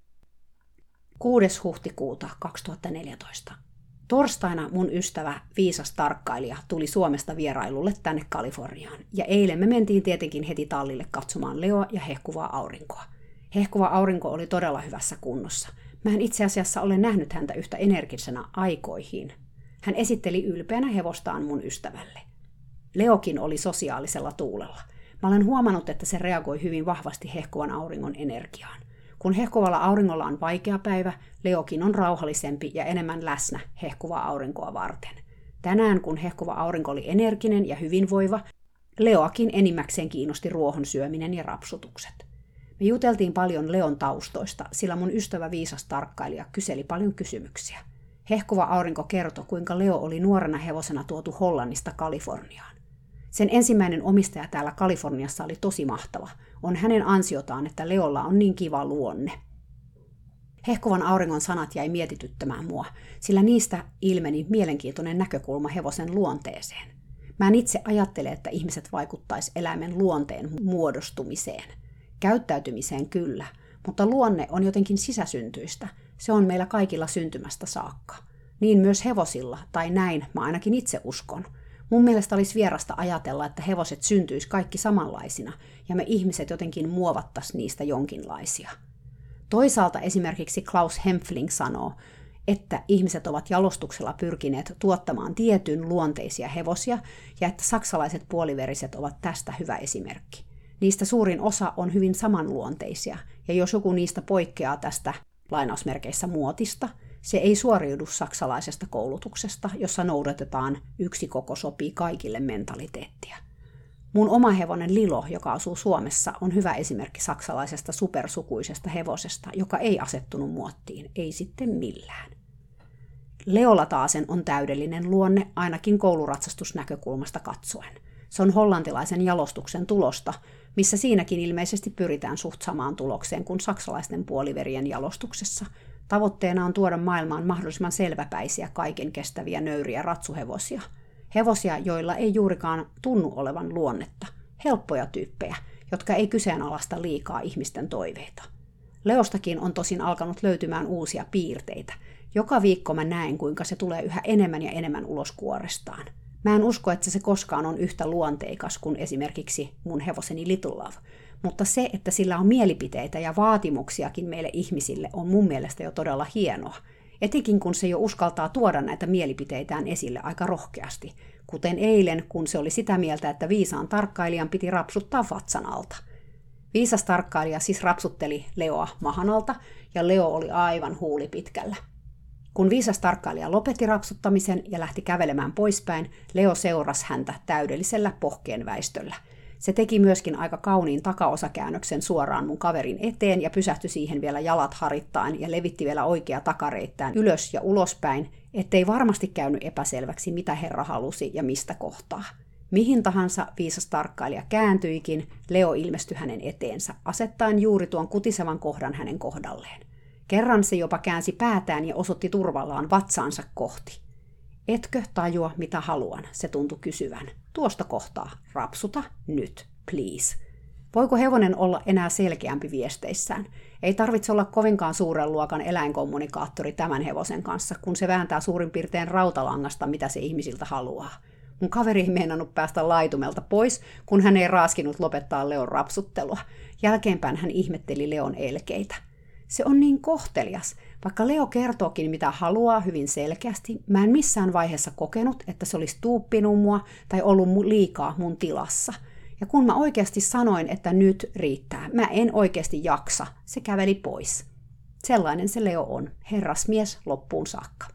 kuudes huhtikuuta kaksituhattaneljätoista. Torstaina mun ystävä, viisas tarkkailija, tuli Suomesta vierailulle tänne Kaliforniaan, ja eilen me mentiin tietenkin heti tallille katsomaan Leoa ja hehkuvaa aurinkoa. Hehkuva aurinko oli todella hyvässä kunnossa. Mä en itse asiassa ole nähnyt häntä yhtä energisenä aikoihin. Hän esitteli ylpeänä hevostaan mun ystävälle. Leokin oli sosiaalisella tuulella. Mä olen huomannut, että se reagoi hyvin vahvasti hehkuvan auringon energiaan. Kun hehkuvalla auringolla on vaikea päivä, Leokin on rauhallisempi ja enemmän läsnä hehkuvaa aurinkoa varten. Tänään, kun hehkuva aurinko oli energinen ja hyvinvoiva, Leoakin enimmäkseen kiinnosti ruohon syöminen ja rapsutukset. Me juteltiin paljon Leon taustoista, sillä mun ystävä viisas tarkkailija kyseli paljon kysymyksiä. Hehkuva aurinko kertoi, kuinka Leo oli nuorena hevosena tuotu Hollannista Kaliforniaan. Sen ensimmäinen omistaja täällä Kaliforniassa oli tosi mahtava. On hänen ansiotaan, että Leolla on niin kiva luonne. Hehkuvan auringon sanat jäi mietityttämään mua, sillä niistä ilmeni mielenkiintoinen näkökulma hevosen luonteeseen. Mä en itse ajattele, että ihmiset vaikuttaisi eläimen luonteen muodostumiseen. Käyttäytymiseen kyllä, mutta luonne on jotenkin sisäsyntyistä. Se on meillä kaikilla syntymästä saakka. Niin myös hevosilla, tai näin mä ainakin itse uskon. Mun mielestä olisi vierasta ajatella, että hevoset syntyis kaikki samanlaisina, ja me ihmiset jotenkin muovattais niistä jonkinlaisia. Toisaalta esimerkiksi Klaus Hempfling sanoo, että ihmiset ovat jalostuksella pyrkineet tuottamaan tietyn luonteisia hevosia ja että saksalaiset puoliveriset ovat tästä hyvä esimerkki. Niistä suurin osa on hyvin samanluonteisia, ja jos joku niistä poikkeaa tästä lainausmerkeissä muotista, se ei suoriudu saksalaisesta koulutuksesta, jossa noudatetaan yksi koko sopii kaikille mentaliteettia. Mun oma hevonen Lilo, joka asuu Suomessa, on hyvä esimerkki saksalaisesta supersukuisesta hevosesta, joka ei asettunut muottiin, ei sitten millään. Leolla taasen on täydellinen luonne, ainakin kouluratsastusnäkökulmasta katsoen. Se on hollantilaisen jalostuksen tulosta, missä siinäkin ilmeisesti pyritään suht samaan tulokseen kuin saksalaisten puoliverien jalostuksessa. Tavoitteena on tuoda maailmaan mahdollisimman selväpäisiä, kaiken kestäviä nöyriä ratsuhevosia. Hevosia, joilla ei juurikaan tunnu olevan luonnetta. Helppoja tyyppejä, jotka ei kyseenalaista liikaa ihmisten toiveita. Leostakin on tosin alkanut löytymään uusia piirteitä. Joka viikko mä näen, kuinka se tulee yhä enemmän ja enemmän ulos kuorestaan. Mä en usko, että se koskaan on yhtä luonteikas kuin esimerkiksi mun hevoseni Little Love, mutta se, että sillä on mielipiteitä ja vaatimuksiakin meille ihmisille, on mun mielestä jo todella hienoa. Etenkin kun se jo uskaltaa tuoda näitä mielipiteitään esille aika rohkeasti, kuten eilen, kun se oli sitä mieltä, että viisaan tarkkailijan piti rapsuttaa vatsan alta. Viisas tarkkailija siis rapsutteli Leoa mahan alta, ja Leo oli aivan huuli pitkällä. Kun viisas tarkkailija lopetti rapsuttamisen ja lähti kävelemään poispäin, Leo seurasi häntä täydellisellä pohkeen väistöllä. Se teki myöskin aika kauniin takaosakäännöksen suoraan mun kaverin eteen ja pysähtyi siihen vielä jalat harittaen ja levitti vielä oikea takareittään ylös ja ulospäin, ettei varmasti käynyt epäselväksi, mitä herra halusi ja mistä kohtaa. Mihin tahansa viisas tarkkailija kääntyikin, Leo ilmestyi hänen eteensä, asettaen juuri tuon kutisevan kohdan hänen kohdalleen. Kerran se jopa käänsi päätään ja osoitti turvallaan vatsaansa kohti. Etkö tajua, mitä haluan, se tuntui kysyvän. Tuosta kohtaa, rapsuta nyt, please. Voiko hevonen olla enää selkeämpi viesteissään? Ei tarvitse olla kovinkaan suuren luokan eläinkommunikaattori tämän hevosen kanssa, kun se vääntää suurin piirtein rautalangasta, mitä se ihmisiltä haluaa. Mun kaveri ei meinannut päästä laitumelta pois, kun hän ei raaskinut lopettaa Leon rapsuttelua. Jälkeenpäin hän ihmetteli Leon elkeitä. Se on niin kohtelias. Vaikka Leo kertookin mitä haluaa hyvin selkeästi, mä en missään vaiheessa kokenut, että se olisi tuuppinut mua tai ollut liikaa mun tilassa. Ja kun mä oikeasti sanoin, että nyt riittää, mä en oikeasti jaksa, se käveli pois. Sellainen se Leo on, herrasmies loppuun saakka.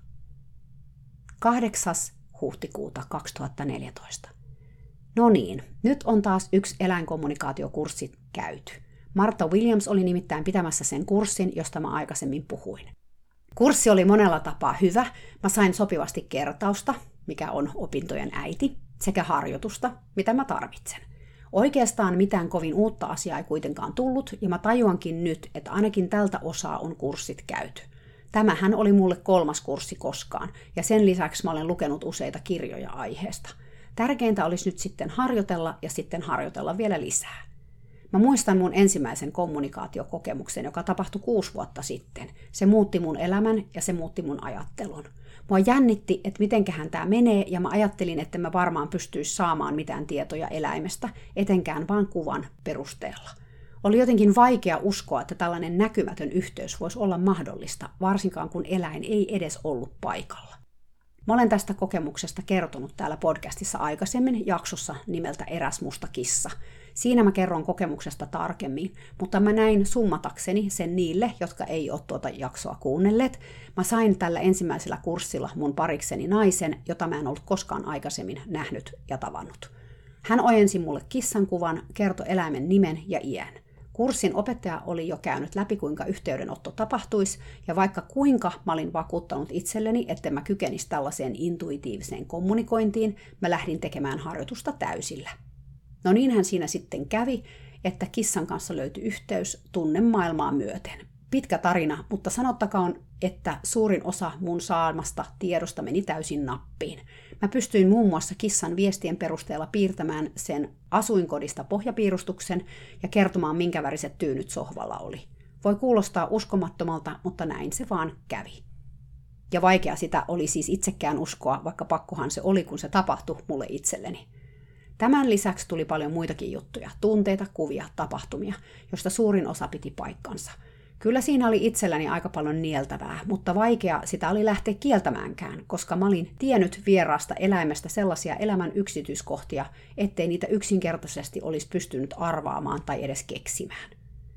kahdeksas huhtikuuta kaksituhattaneljätoista. No niin, nyt on taas yksi eläinkommunikaatiokurssi käyty. Martha Williams oli nimittäin pitämässä sen kurssin, josta mä aikaisemmin puhuin. Kurssi oli monella tapaa hyvä. Mä sain sopivasti kertausta, mikä on opintojen äiti, sekä harjoitusta, mitä mä tarvitsen. Oikeastaan mitään kovin uutta asiaa ei kuitenkaan tullut, ja mä tajuankin nyt, että ainakin tältä osaa on kurssit käyty. Tämähän oli mulle kolmas kurssi koskaan, ja sen lisäksi mä olen lukenut useita kirjoja aiheesta. Tärkeintä olisi nyt sitten harjoitella ja sitten harjoitella vielä lisää. Mä muistan mun ensimmäisen kommunikaatiokokemuksen, joka tapahtui kuusi vuotta sitten. Se muutti mun elämän ja se muutti mun ajattelun. Mua jännitti, että mitenköhän tää menee, ja mä ajattelin, että mä varmaan pystyisi saamaan mitään tietoja eläimestä, etenkään vaan kuvan perusteella. Oli jotenkin vaikea uskoa, että tällainen näkymätön yhteys voisi olla mahdollista, varsinkaan kun eläin ei edes ollut paikalla. Mä olen tästä kokemuksesta kertonut täällä podcastissa aikaisemmin jaksossa nimeltä Eräs musta kissa. Siinä mä kerron kokemuksesta tarkemmin, mutta mä näin summatakseni sen niille, jotka ei ole tuota jaksoa kuunnelleet. Mä sain tällä ensimmäisellä kurssilla mun parikseni naisen, jota mä en ollut koskaan aikaisemmin nähnyt ja tavannut. Hän ojensi mulle kissan kuvan, kertoi eläimen nimen ja iän. Kurssin opettaja oli jo käynyt läpi, kuinka yhteydenotto tapahtuisi, ja vaikka kuinka mä olin vakuuttanut itselleni, että mä kykenisi tällaiseen intuitiiviseen kommunikointiin, mä lähdin tekemään harjoitusta täysillä. No niinhän siinä sitten kävi, että kissan kanssa löytyi yhteys tunnemaailmaa myöten. Pitkä tarina, mutta sanottakoon, että suurin osa mun saamasta tiedosta meni täysin nappiin. Mä pystyin muun muassa kissan viestien perusteella piirtämään sen asuinkodista pohjapiirustuksen ja kertomaan, minkä väriset tyynyt sohvalla oli. Voi kuulostaa uskomattomalta, mutta näin se vaan kävi. Ja vaikea sitä oli siis itsekään uskoa, vaikka pakkohan se oli, kun se tapahtui mulle itselleni. Tämän lisäksi tuli paljon muitakin juttuja, tunteita, kuvia, tapahtumia, joista suurin osa piti paikkansa. Kyllä siinä oli itselläni aika paljon nieltävää, mutta vaikea sitä oli lähteä kieltämäänkään, koska mä olin tiennyt vieraasta eläimestä sellaisia elämän yksityiskohtia, ettei niitä yksinkertaisesti olisi pystynyt arvaamaan tai edes keksimään.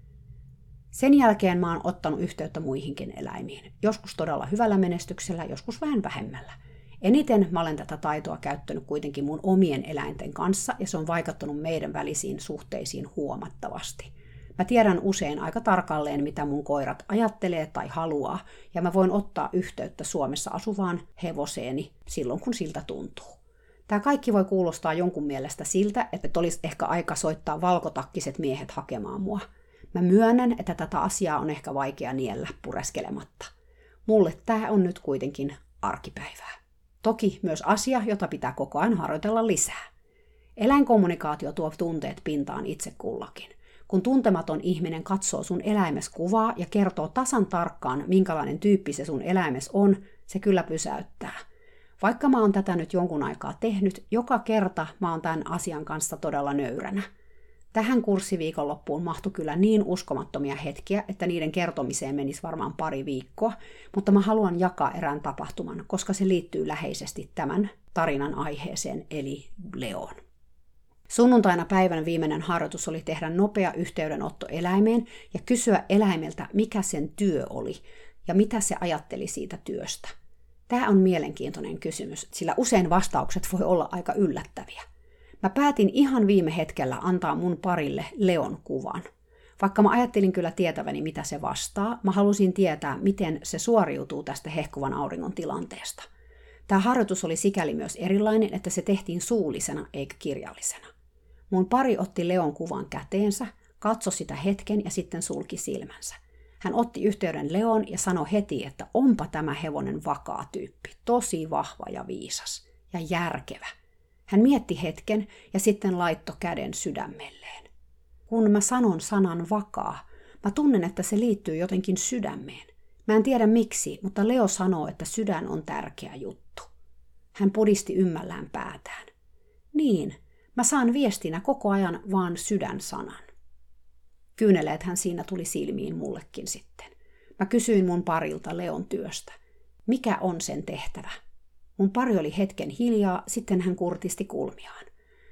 Sen jälkeen mä oon ottanut yhteyttä muihinkin eläimiin, joskus todella hyvällä menestyksellä, joskus vähän vähemmällä. Eniten mä olen tätä taitoa käyttänyt kuitenkin mun omien eläinten kanssa, ja se on vaikuttanut meidän välisiin suhteisiin huomattavasti. Mä tiedän usein aika tarkalleen, mitä mun koirat ajattelee tai haluaa, ja mä voin ottaa yhteyttä Suomessa asuvaan hevoseeni silloin, kun siltä tuntuu. Tämä kaikki voi kuulostaa jonkun mielestä siltä, että olisi ehkä aika soittaa valkotakkiset miehet hakemaan mua. Mä myönnän, että tätä asiaa on ehkä vaikea niellä pureskelematta. Mulle tämä on nyt kuitenkin arkipäivää. Toki myös asia, jota pitää koko ajan harjoitella lisää. Eläinkommunikaatio tuo tunteet pintaan itse kullakin. Kun tuntematon ihminen katsoo sun eläimes kuvaa ja kertoo tasan tarkkaan, minkälainen tyyppi se sun eläimes on, se kyllä pysäyttää. Vaikka mä oon tätä nyt jonkun aikaa tehnyt, joka kerta mä oon tämän asian kanssa todella nöyränä. Tähän kurssiviikonloppuun mahtui kyllä niin uskomattomia hetkiä, että niiden kertomiseen menisi varmaan pari viikkoa, mutta mä haluan jakaa erään tapahtuman, koska se liittyy läheisesti tämän tarinan aiheeseen, eli Leoon. Sunnuntaina päivän viimeinen harjoitus oli tehdä nopea yhteydenotto eläimeen ja kysyä eläimeltä, mikä sen työ oli ja mitä se ajatteli siitä työstä. Tämä on mielenkiintoinen kysymys, sillä usein vastaukset voi olla aika yllättäviä. Mä päätin ihan viime hetkellä antaa mun parille Leon kuvan. Vaikka mä ajattelin kyllä tietäväni, mitä se vastaa, mä halusin tietää, miten se suoriutuu tästä hehkuvan auringon tilanteesta. Tämä harjoitus oli sikäli myös erilainen, että se tehtiin suullisena eikä kirjallisena. Mun pari otti Leon kuvan käteensä, katsoi sitä hetken ja sitten sulki silmänsä. Hän otti yhteyden Leon ja sanoi heti, että onpa tämä hevonen vakaa tyyppi, tosi vahva ja viisas ja järkevä. Hän mietti hetken ja sitten laittoi käden sydämelleen. Kun mä sanon sanan vakaa, mä tunnen, että se liittyy jotenkin sydämeen. Mä en tiedä miksi, mutta Leo sanoo, että sydän on tärkeä juttu. Hän pudisti ymmällään päätään. Niin, mä saan viestinä koko ajan vaan sydänsanan. Kyyneleethän siinä tuli silmiin mullekin sitten. Mä kysyin mun parilta Leon työstä. Mikä on sen tehtävä? Mun pari oli hetken hiljaa, sitten hän kurtisti kulmiaan.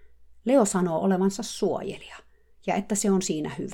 Leo sanoo olevansa suojelija, ja että se on siinä hyvä.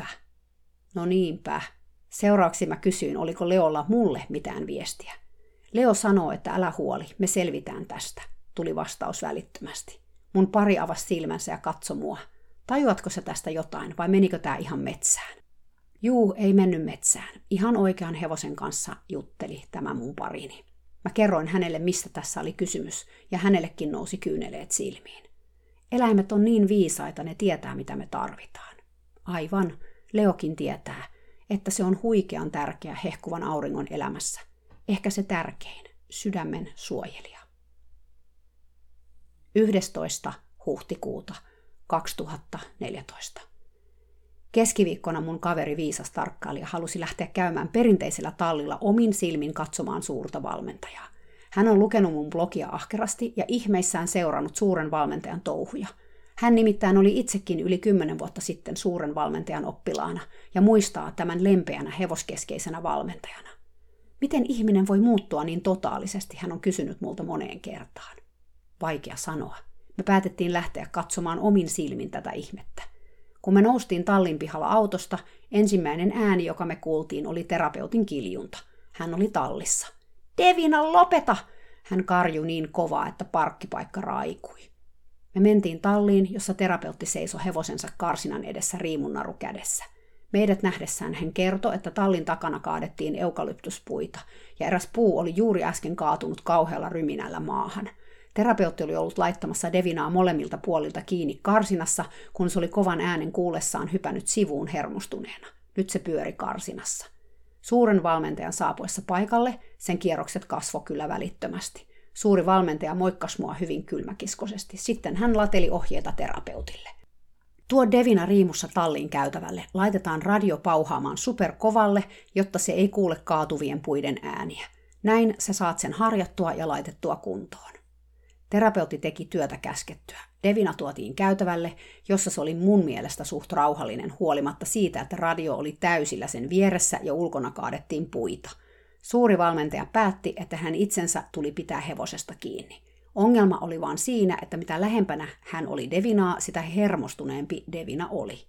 No niinpä. Seuraavaksi mä kysyin, oliko Leolla mulle mitään viestiä. Leo sanoo, että älä huoli, me selvitään tästä, tuli vastaus välittömästi. Mun pari avasi silmänsä ja katsoi mua. Tajuatko sä tästä jotain, vai menikö tää ihan metsään? Juu, ei mennyt metsään. Ihan oikean hevosen kanssa jutteli tämä mun parini. Mä kerroin hänelle, mistä tässä oli kysymys, ja hänellekin nousi kyyneleet silmiin. Eläimet on niin viisaita, ne tietää, mitä me tarvitaan. Aivan, Leokin tietää, että se on huikean tärkeä hehkuvan auringon elämässä. Ehkä se tärkein, sydämen suojelija. yhdestoista huhtikuuta kaksituhattaneljätoista. Keskiviikkona mun kaveri viisas tarkkailija halusi lähteä käymään perinteisellä tallilla omin silmin katsomaan suurta valmentajaa. Hän on lukenut mun blogia ahkerasti ja ihmeissään seurannut suuren valmentajan touhuja. Hän nimittäin oli itsekin yli kymmenen vuotta sitten suuren valmentajan oppilaana ja muistaa tämän lempeänä hevoskeskeisenä valmentajana. Miten ihminen voi muuttua niin totaalisesti, hän on kysynyt multa moneen kertaan. Vaikea sanoa. Me päätettiin lähteä katsomaan omin silmin tätä ihmettä. Kun me noustiin tallin pihalla autosta, ensimmäinen ääni, joka me kuultiin, oli terapeutin kiljunta. Hän oli tallissa. Devina, lopeta! Hän karjui niin kovaa, että parkkipaikka raikui. Me mentiin talliin, jossa terapeutti seisoi hevosensa karsinan edessä riimunnaru kädessä. Meidät nähdessään hän kertoi, että tallin takana kaadettiin eukalyptuspuita, ja eräs puu oli juuri äsken kaatunut kauhealla ryminällä maahan. Terapeutti oli ollut laittamassa Devinaa molemmilta puolilta kiinni karsinassa, kun se oli kovan äänen kuullessaan hypännyt sivuun hermostuneena. Nyt se pyöri karsinassa. Suuren valmentajan saapuessa paikalle sen kierrokset kasvoi kyllä välittömästi. Suuri valmentaja moikkasi mua hyvin kylmäkiskoisesti. Sitten hän lateli ohjeita terapeutille. Tuo Devina riimussa tallin käytävälle. Laitetaan radio pauhaamaan superkovalle, jotta se ei kuule kaatuvien puiden ääniä. Näin sä saat sen harjattua ja laitettua kuntoon. Terapeutti teki työtä käskettyä. Devina tuotiin käytävälle, jossa se oli mun mielestä suht rauhallinen, huolimatta siitä, että radio oli täysillä sen vieressä ja ulkona kaadettiin puita. Suuri valmentaja päätti, että hän itsensä tuli pitää hevosesta kiinni. Ongelma oli vaan siinä, että mitä lähempänä hän oli Devinaa, sitä hermostuneempi Devina oli.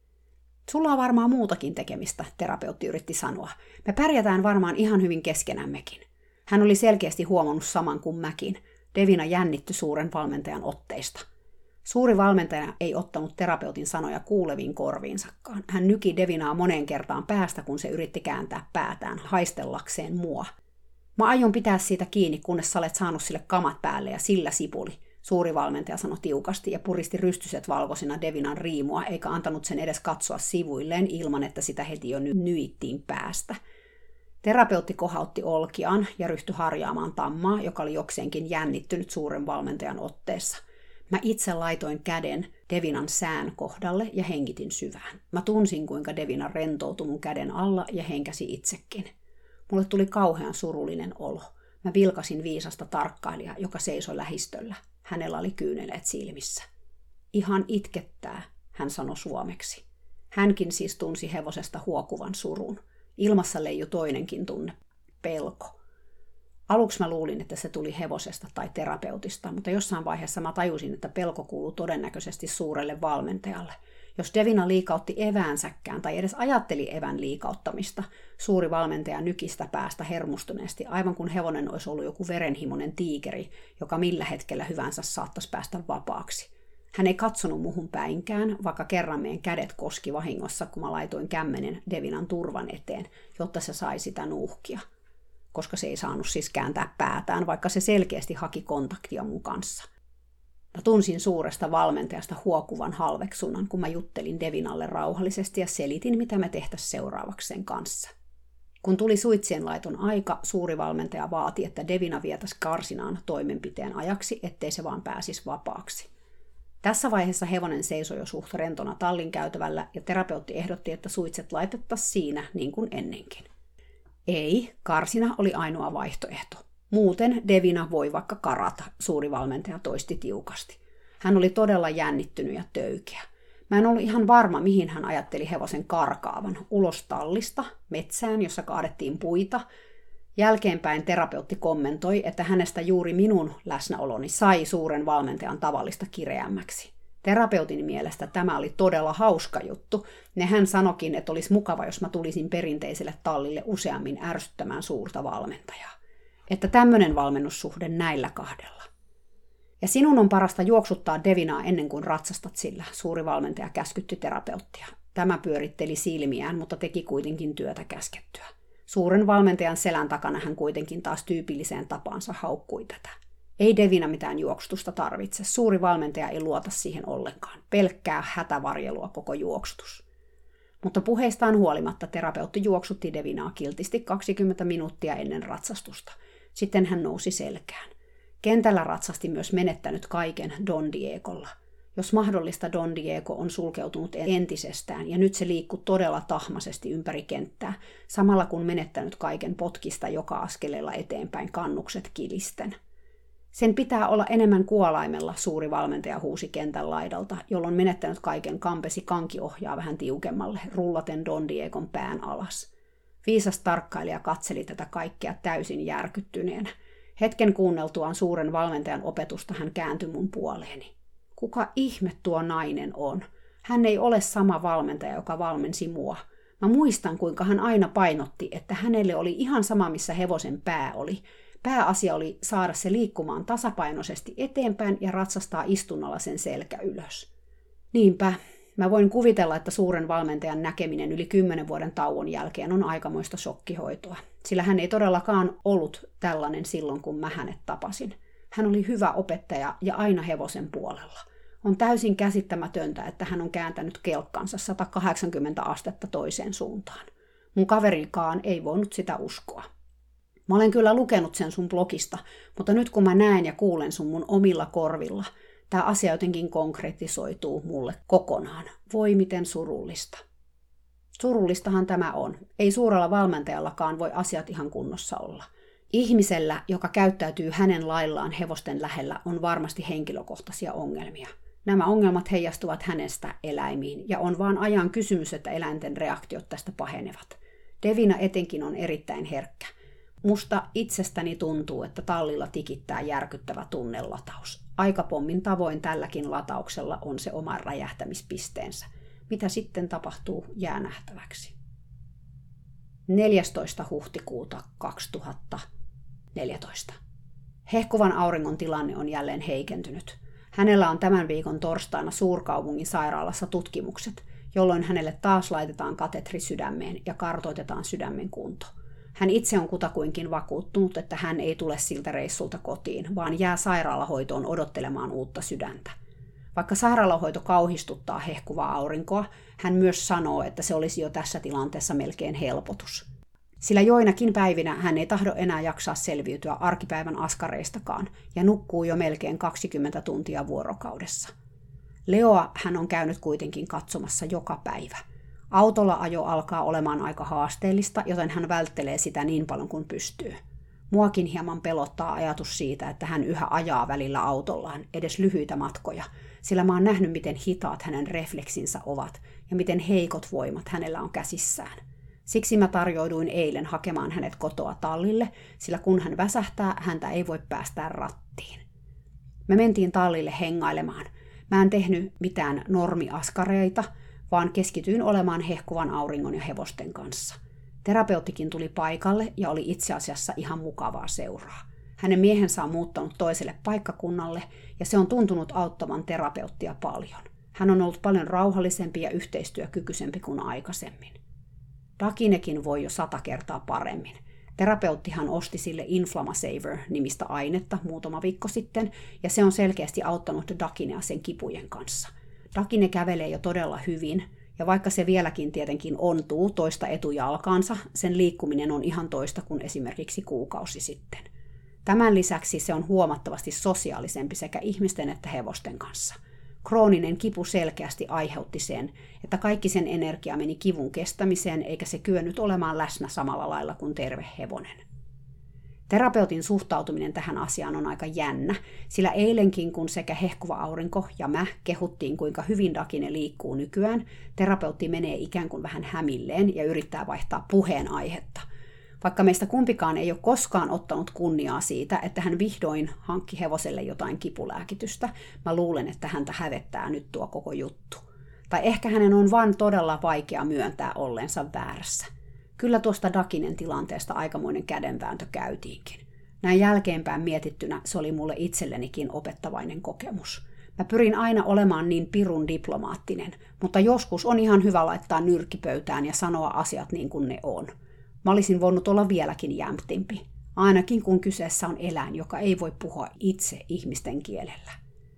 Sulla on varmaan muutakin tekemistä, terapeutti yritti sanoa. Me pärjätään varmaan ihan hyvin keskenämmekin. Hän oli selkeästi huomannut saman kuin mäkin. Devina jännitty suuren valmentajan otteista. Suuri valmentaja ei ottanut terapeutin sanoja kuuleviin korviinsakaan. Hän nyki Devinaa moneen kertaan päästä, kun se yritti kääntää päätään haistellakseen mua. Mä aion pitää siitä kiinni, kunnes sä olet saanut sille kamat päälle ja sillä sipuli, suuri valmentaja sanoi tiukasti ja puristi rystyset valkoisina Devinan riimua, eikä antanut sen edes katsoa sivuilleen ilman, että sitä heti jo nyittiin päästä. Terapeutti kohautti olkiaan ja ryhtyi harjaamaan tammaa, joka oli jokseenkin jännittynyt suuren valmentajan otteessa. Mä itse laitoin käden Devinan sään kohdalle ja hengitin syvään. Mä tunsin, kuinka Devina rentoutui mun käden alla ja henkäsi itsekin. Mulle tuli kauhean surullinen olo. Mä vilkasin viisasta tarkkailijaa, joka seisoi lähistöllä. Hänellä oli kyyneleet silmissä. Ihan itkettää, hän sanoi suomeksi. Hänkin siis tunsi hevosesta huokuvan surun. Ilmassa leijui toinenkin tunne, pelko. Aluksi mä luulin, että se tuli hevosesta tai terapeutista, mutta jossain vaiheessa mä tajusin, että pelko kuuluu todennäköisesti suurelle valmentajalle. Jos Devina liikautti eväänsäkään tai edes ajatteli evän liikauttamista, suuri valmentaja nykistä päästä hermostuneesti, aivan kuin hevonen olisi ollut joku verenhimoinen tiikeri, joka millä hetkellä hyvänsä saattaisi päästä vapaaksi. Hän ei katsonut muhun päinkään, vaikka kerran meidän kädet koski vahingossa, kun mä laitoin kämmenen Devinan turvan eteen, jotta se sai sitä nuuhkia. Koska se ei saanut siis kääntää päätään, vaikka se selkeästi haki kontaktia mun kanssa. Mä tunsin suuresta valmentajasta huokuvan halveksunnan, kun mä juttelin Devinalle rauhallisesti ja selitin, mitä me tehtäisiin seuraavaksi sen kanssa. Kun tuli suitsienlaiton aika, suuri valmentaja vaati, että Devina vietäisi karsinaan toimenpiteen ajaksi, ettei se vaan pääsisi vapaaksi. Tässä vaiheessa hevonen seisoi jo suht rentona tallin käytävällä ja terapeutti ehdotti, että suitset laitettaisiin siinä niin kuin ennenkin. Ei, karsina oli ainoa vaihtoehto. Muuten Devina voi vaikka karata, suuri valmentaja toisti tiukasti. Hän oli todella jännittynyt ja töykeä. Mä en ollut ihan varma, mihin hän ajatteli hevosen karkaavan. Ulos tallista, metsään, jossa kaadettiin puita. Jälkeenpäin terapeutti kommentoi, että hänestä juuri minun läsnäoloni sai suuren valmentajan tavallista kireämmäksi. Terapeutin mielestä tämä oli todella hauska juttu, ja hän sanokin, että olisi mukava, jos mä tulisin perinteiselle tallille useammin ärsyttämään suurta valmentajaa. Että tämmöinen valmennussuhde näillä kahdella. Ja sinun on parasta juoksuttaa Devinaa ennen kuin ratsastat sillä, suuri valmentaja käskytti terapeuttia. Tämä pyöritteli silmiään, mutta teki kuitenkin työtä käskettyä. Suuren valmentajan selän takana hän kuitenkin taas tyypilliseen tapaansa haukkui tätä. Ei Devina mitään juoksutusta tarvitse, suuri valmentaja ei luota siihen ollenkaan. Pelkkää hätävarjelua koko juoksutus. Mutta puheistaan huolimatta terapeutti juoksutti Devinaa kiltisti kaksikymmentä minuuttia ennen ratsastusta. Sitten hän nousi selkään. Kentällä ratsasti myös menettänyt kaiken Don Diegolla. Jos mahdollista, Don Diego on sulkeutunut entisestään ja nyt se liikkuu todella tahmaisesti ympäri kenttää, samalla kun menettänyt kaiken potkista joka askeleella eteenpäin kannukset kilisten. Sen pitää olla enemmän kuolaimella, suuri valmentaja huusi kentän laidalta, jolloin menettänyt kaiken kampesi kankiohjaa vähän tiukemmalle, rullaten Don Diegon pään alas. Viisas tarkkailija katseli tätä kaikkea täysin järkyttyneenä. Hetken kuunneltuaan suuren valmentajan opetusta hän kääntyi mun puoleeni. Kuka ihme tuo nainen on? Hän ei ole sama valmentaja, joka valmensi mua. Mä muistan, kuinka hän aina painotti, että hänelle oli ihan sama, missä hevosen pää oli. Pääasia oli saada se liikkumaan tasapainoisesti eteenpäin ja ratsastaa istunnolla sen selkä ylös. Niinpä, mä voin kuvitella, että suuren valmentajan näkeminen yli kymmenen vuoden tauon jälkeen on aikamoista shokkihoitoa, sillä hän ei todellakaan ollut tällainen silloin, kun mä hänet tapasin. Hän oli hyvä opettaja ja aina hevosen puolella. On täysin käsittämätöntä, että hän on kääntänyt kelkkansa sata kahdeksankymmentä astetta toiseen suuntaan. Mun kaverikaan ei voinut sitä uskoa. Mä olen kyllä lukenut sen sun blogista, mutta nyt kun mä näen ja kuulen sun mun omilla korvilla, tää asia jotenkin konkretisoituu mulle kokonaan. Voi miten surullista. Surullistahan tämä on. Ei suurella valmentajallakaan voi asiat ihan kunnossa olla. Ihmisellä, joka käyttäytyy hänen laillaan hevosten lähellä, on varmasti henkilökohtaisia ongelmia. Nämä ongelmat heijastuvat hänestä eläimiin, ja on vaan ajan kysymys, että eläinten reaktiot tästä pahenevat. Devina etenkin on erittäin herkkä. Musta itsestäni tuntuu, että tallilla tikittää järkyttävä tunnelataus. Aikapommin tavoin tälläkin latauksella on se oma räjähtämispisteensä. Mitä sitten tapahtuu, jää nähtäväksi. neljästoista huhtikuuta kaksituhattaneljätoista. Hehkuvan auringon tilanne on jälleen heikentynyt. Hänellä on tämän viikon torstaina suurkaupungin sairaalassa tutkimukset, jolloin hänelle taas laitetaan katetri sydämeen ja kartoitetaan sydämen kunto. Hän itse on kutakuinkin vakuuttunut, että hän ei tule siltä reissulta kotiin, vaan jää sairaalahoitoon odottelemaan uutta sydäntä. Vaikka sairaalahoito kauhistuttaa hehkuvaa aurinkoa, hän myös sanoo, että se olisi jo tässä tilanteessa melkein helpotus. Sillä joinakin päivinä hän ei tahdo enää jaksaa selviytyä arkipäivän askareistakaan ja nukkuu jo melkein kaksikymmentä tuntia vuorokaudessa. Leoa hän on käynyt kuitenkin katsomassa joka päivä. Autolla ajo alkaa olemaan aika haasteellista, joten hän välttelee sitä niin paljon kuin pystyy. Muakin hieman pelottaa ajatus siitä, että hän yhä ajaa välillä autollaan, edes lyhyitä matkoja, sillä mä oon nähnyt, miten hitaat hänen refleksinsä ovat ja miten heikot voimat hänellä on käsissään. Siksi mä tarjouduin eilen hakemaan hänet kotoa tallille, sillä kun hän väsähtää, häntä ei voi päästää rattiin. Me mentiin tallille hengailemaan. Mä en tehnyt mitään normiaskareita, vaan keskityin olemaan hehkuvan auringon ja hevosten kanssa. Terapeuttikin tuli paikalle ja oli itse asiassa ihan mukavaa seuraa. Hänen miehensä on muuttanut toiselle paikkakunnalle ja se on tuntunut auttavan terapeuttia paljon. Hän on ollut paljon rauhallisempi ja yhteistyökykyisempi kuin aikaisemmin. Dakinekin voi jo sata kertaa paremmin. Terapeuttihan osti sille Inflammasaver-nimistä ainetta muutama viikko sitten, ja se on selkeästi auttanut Dakinea sen kipujen kanssa. Dakine kävelee jo todella hyvin, ja vaikka se vieläkin tietenkin ontuu toista etujalkaansa, sen liikkuminen on ihan toista kuin esimerkiksi kuukausi sitten. Tämän lisäksi se on huomattavasti sosiaalisempi sekä ihmisten että hevosten kanssa. Krooninen kipu selkeästi aiheutti sen, että kaikki sen energia meni kivun kestämiseen, eikä se kyennyt olemaan läsnä samalla lailla kuin terve hevonen. Terapeutin suhtautuminen tähän asiaan on aika jännä, sillä eilenkin kun sekä hehkuva aurinko ja mä kehuttiin kuinka hyvin Dakine liikkuu nykyään, terapeutti menee ikään kuin vähän hämilleen ja yrittää vaihtaa puheenaihetta. Vaikka meistä kumpikaan ei ole koskaan ottanut kunniaa siitä, että hän vihdoin hankki hevoselle jotain kipulääkitystä, mä luulen, että häntä hävettää nyt tuo koko juttu. Tai ehkä hänen on vaan todella vaikea myöntää olleensa väärässä. Kyllä tuosta Dakinen tilanteesta aikamoinen kädenvääntö käytiinkin. Näin jälkeenpäin mietittynä se oli mulle itsellenikin opettavainen kokemus. Mä pyrin aina olemaan niin pirun diplomaattinen, mutta joskus on ihan hyvä laittaa nyrkkipöytään ja sanoa asiat niin kuin ne on. Mä olisin voinut olla vieläkin jämptimpi, ainakin kun kyseessä on eläin, joka ei voi puhua itse ihmisten kielellä.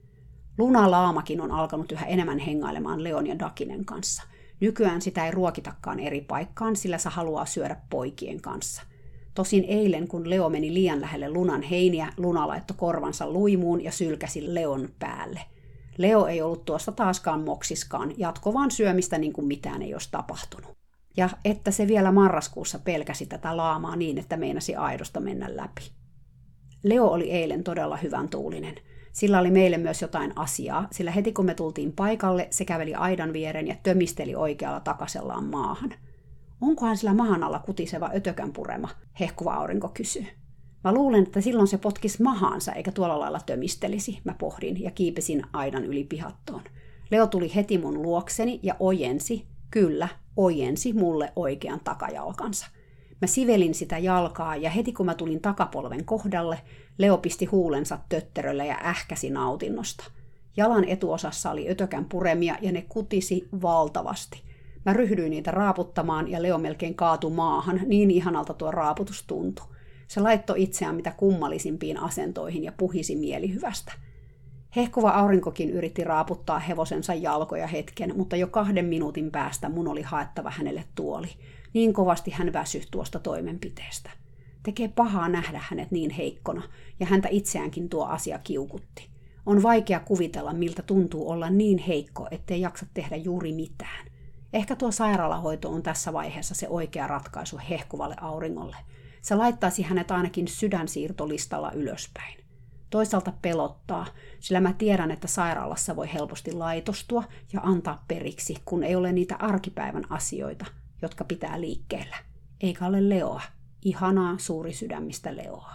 Luna Laamakin on alkanut yhä enemmän hengailemaan Leon ja Dakinen kanssa. Nykyään sitä ei ruokitakaan eri paikkaan, sillä se haluaa syödä poikien kanssa. Tosin eilen, kun Leo meni liian lähelle Lunan heiniä, Luna laittoi korvansa luimuun ja sylkäsi Leon päälle. Leo ei ollut tuosta taaskaan moksiskaan, jatkoi vaan syömistä niin kuin mitään ei olisi tapahtunut. Ja että se vielä marraskuussa pelkäsi tätä laamaa niin, että meinasi aidosta mennä läpi. Leo oli eilen todella hyvän tuulinen. Sillä oli meille myös jotain asiaa, sillä heti kun me tultiin paikalle, se käveli aidan vieren ja tömisteli oikealla takasellaan maahan. Onkohan sillä mahan alla kutiseva ötökän purema, hehkuva aurinko kysyy. Mä luulen, että silloin se potkisi mahaansa eikä tuolla lailla tömistelisi, mä pohdin ja kiipesin aidan yli pihattoon. Leo tuli heti mun luokseni ja ojensi, kyllä, ojensi mulle oikean takajalkansa. Mä sivelin sitä jalkaa ja heti kun mä tulin takapolven kohdalle, Leo pisti huulensa tötteröllä ja ähkäsi nautinnosta. Jalan etuosassa oli ötökän puremia ja ne kutisi valtavasti. Mä ryhdyin niitä raaputtamaan ja Leo melkein kaatui maahan, niin ihanalta tuo raaputus tuntui. Se laittoi itseään mitä kummallisimpiin asentoihin ja puhisi mielihyvästä. Hehkuva aurinkokin yritti raaputtaa hevosensa jalkoja hetken, mutta jo kahden minuutin päästä mun oli haettava hänelle tuoli. Niin kovasti hän väsyi tuosta toimenpiteestä. Tekee pahaa nähdä hänet niin heikkona, ja häntä itseäänkin tuo asia kiukutti. On vaikea kuvitella, miltä tuntuu olla niin heikko, ettei jaksa tehdä juuri mitään. Ehkä tuo sairaalahoito on tässä vaiheessa se oikea ratkaisu hehkuvalle auringolle. Se laittaisi hänet ainakin sydänsiirtolistalla ylöspäin. Toisaalta pelottaa, sillä mä tiedän, että sairaalassa voi helposti laitostua ja antaa periksi, kun ei ole niitä arkipäivän asioita, jotka pitää liikkeellä. Eikä ole Leoa. Ihanaa suurisydämistä Leoa.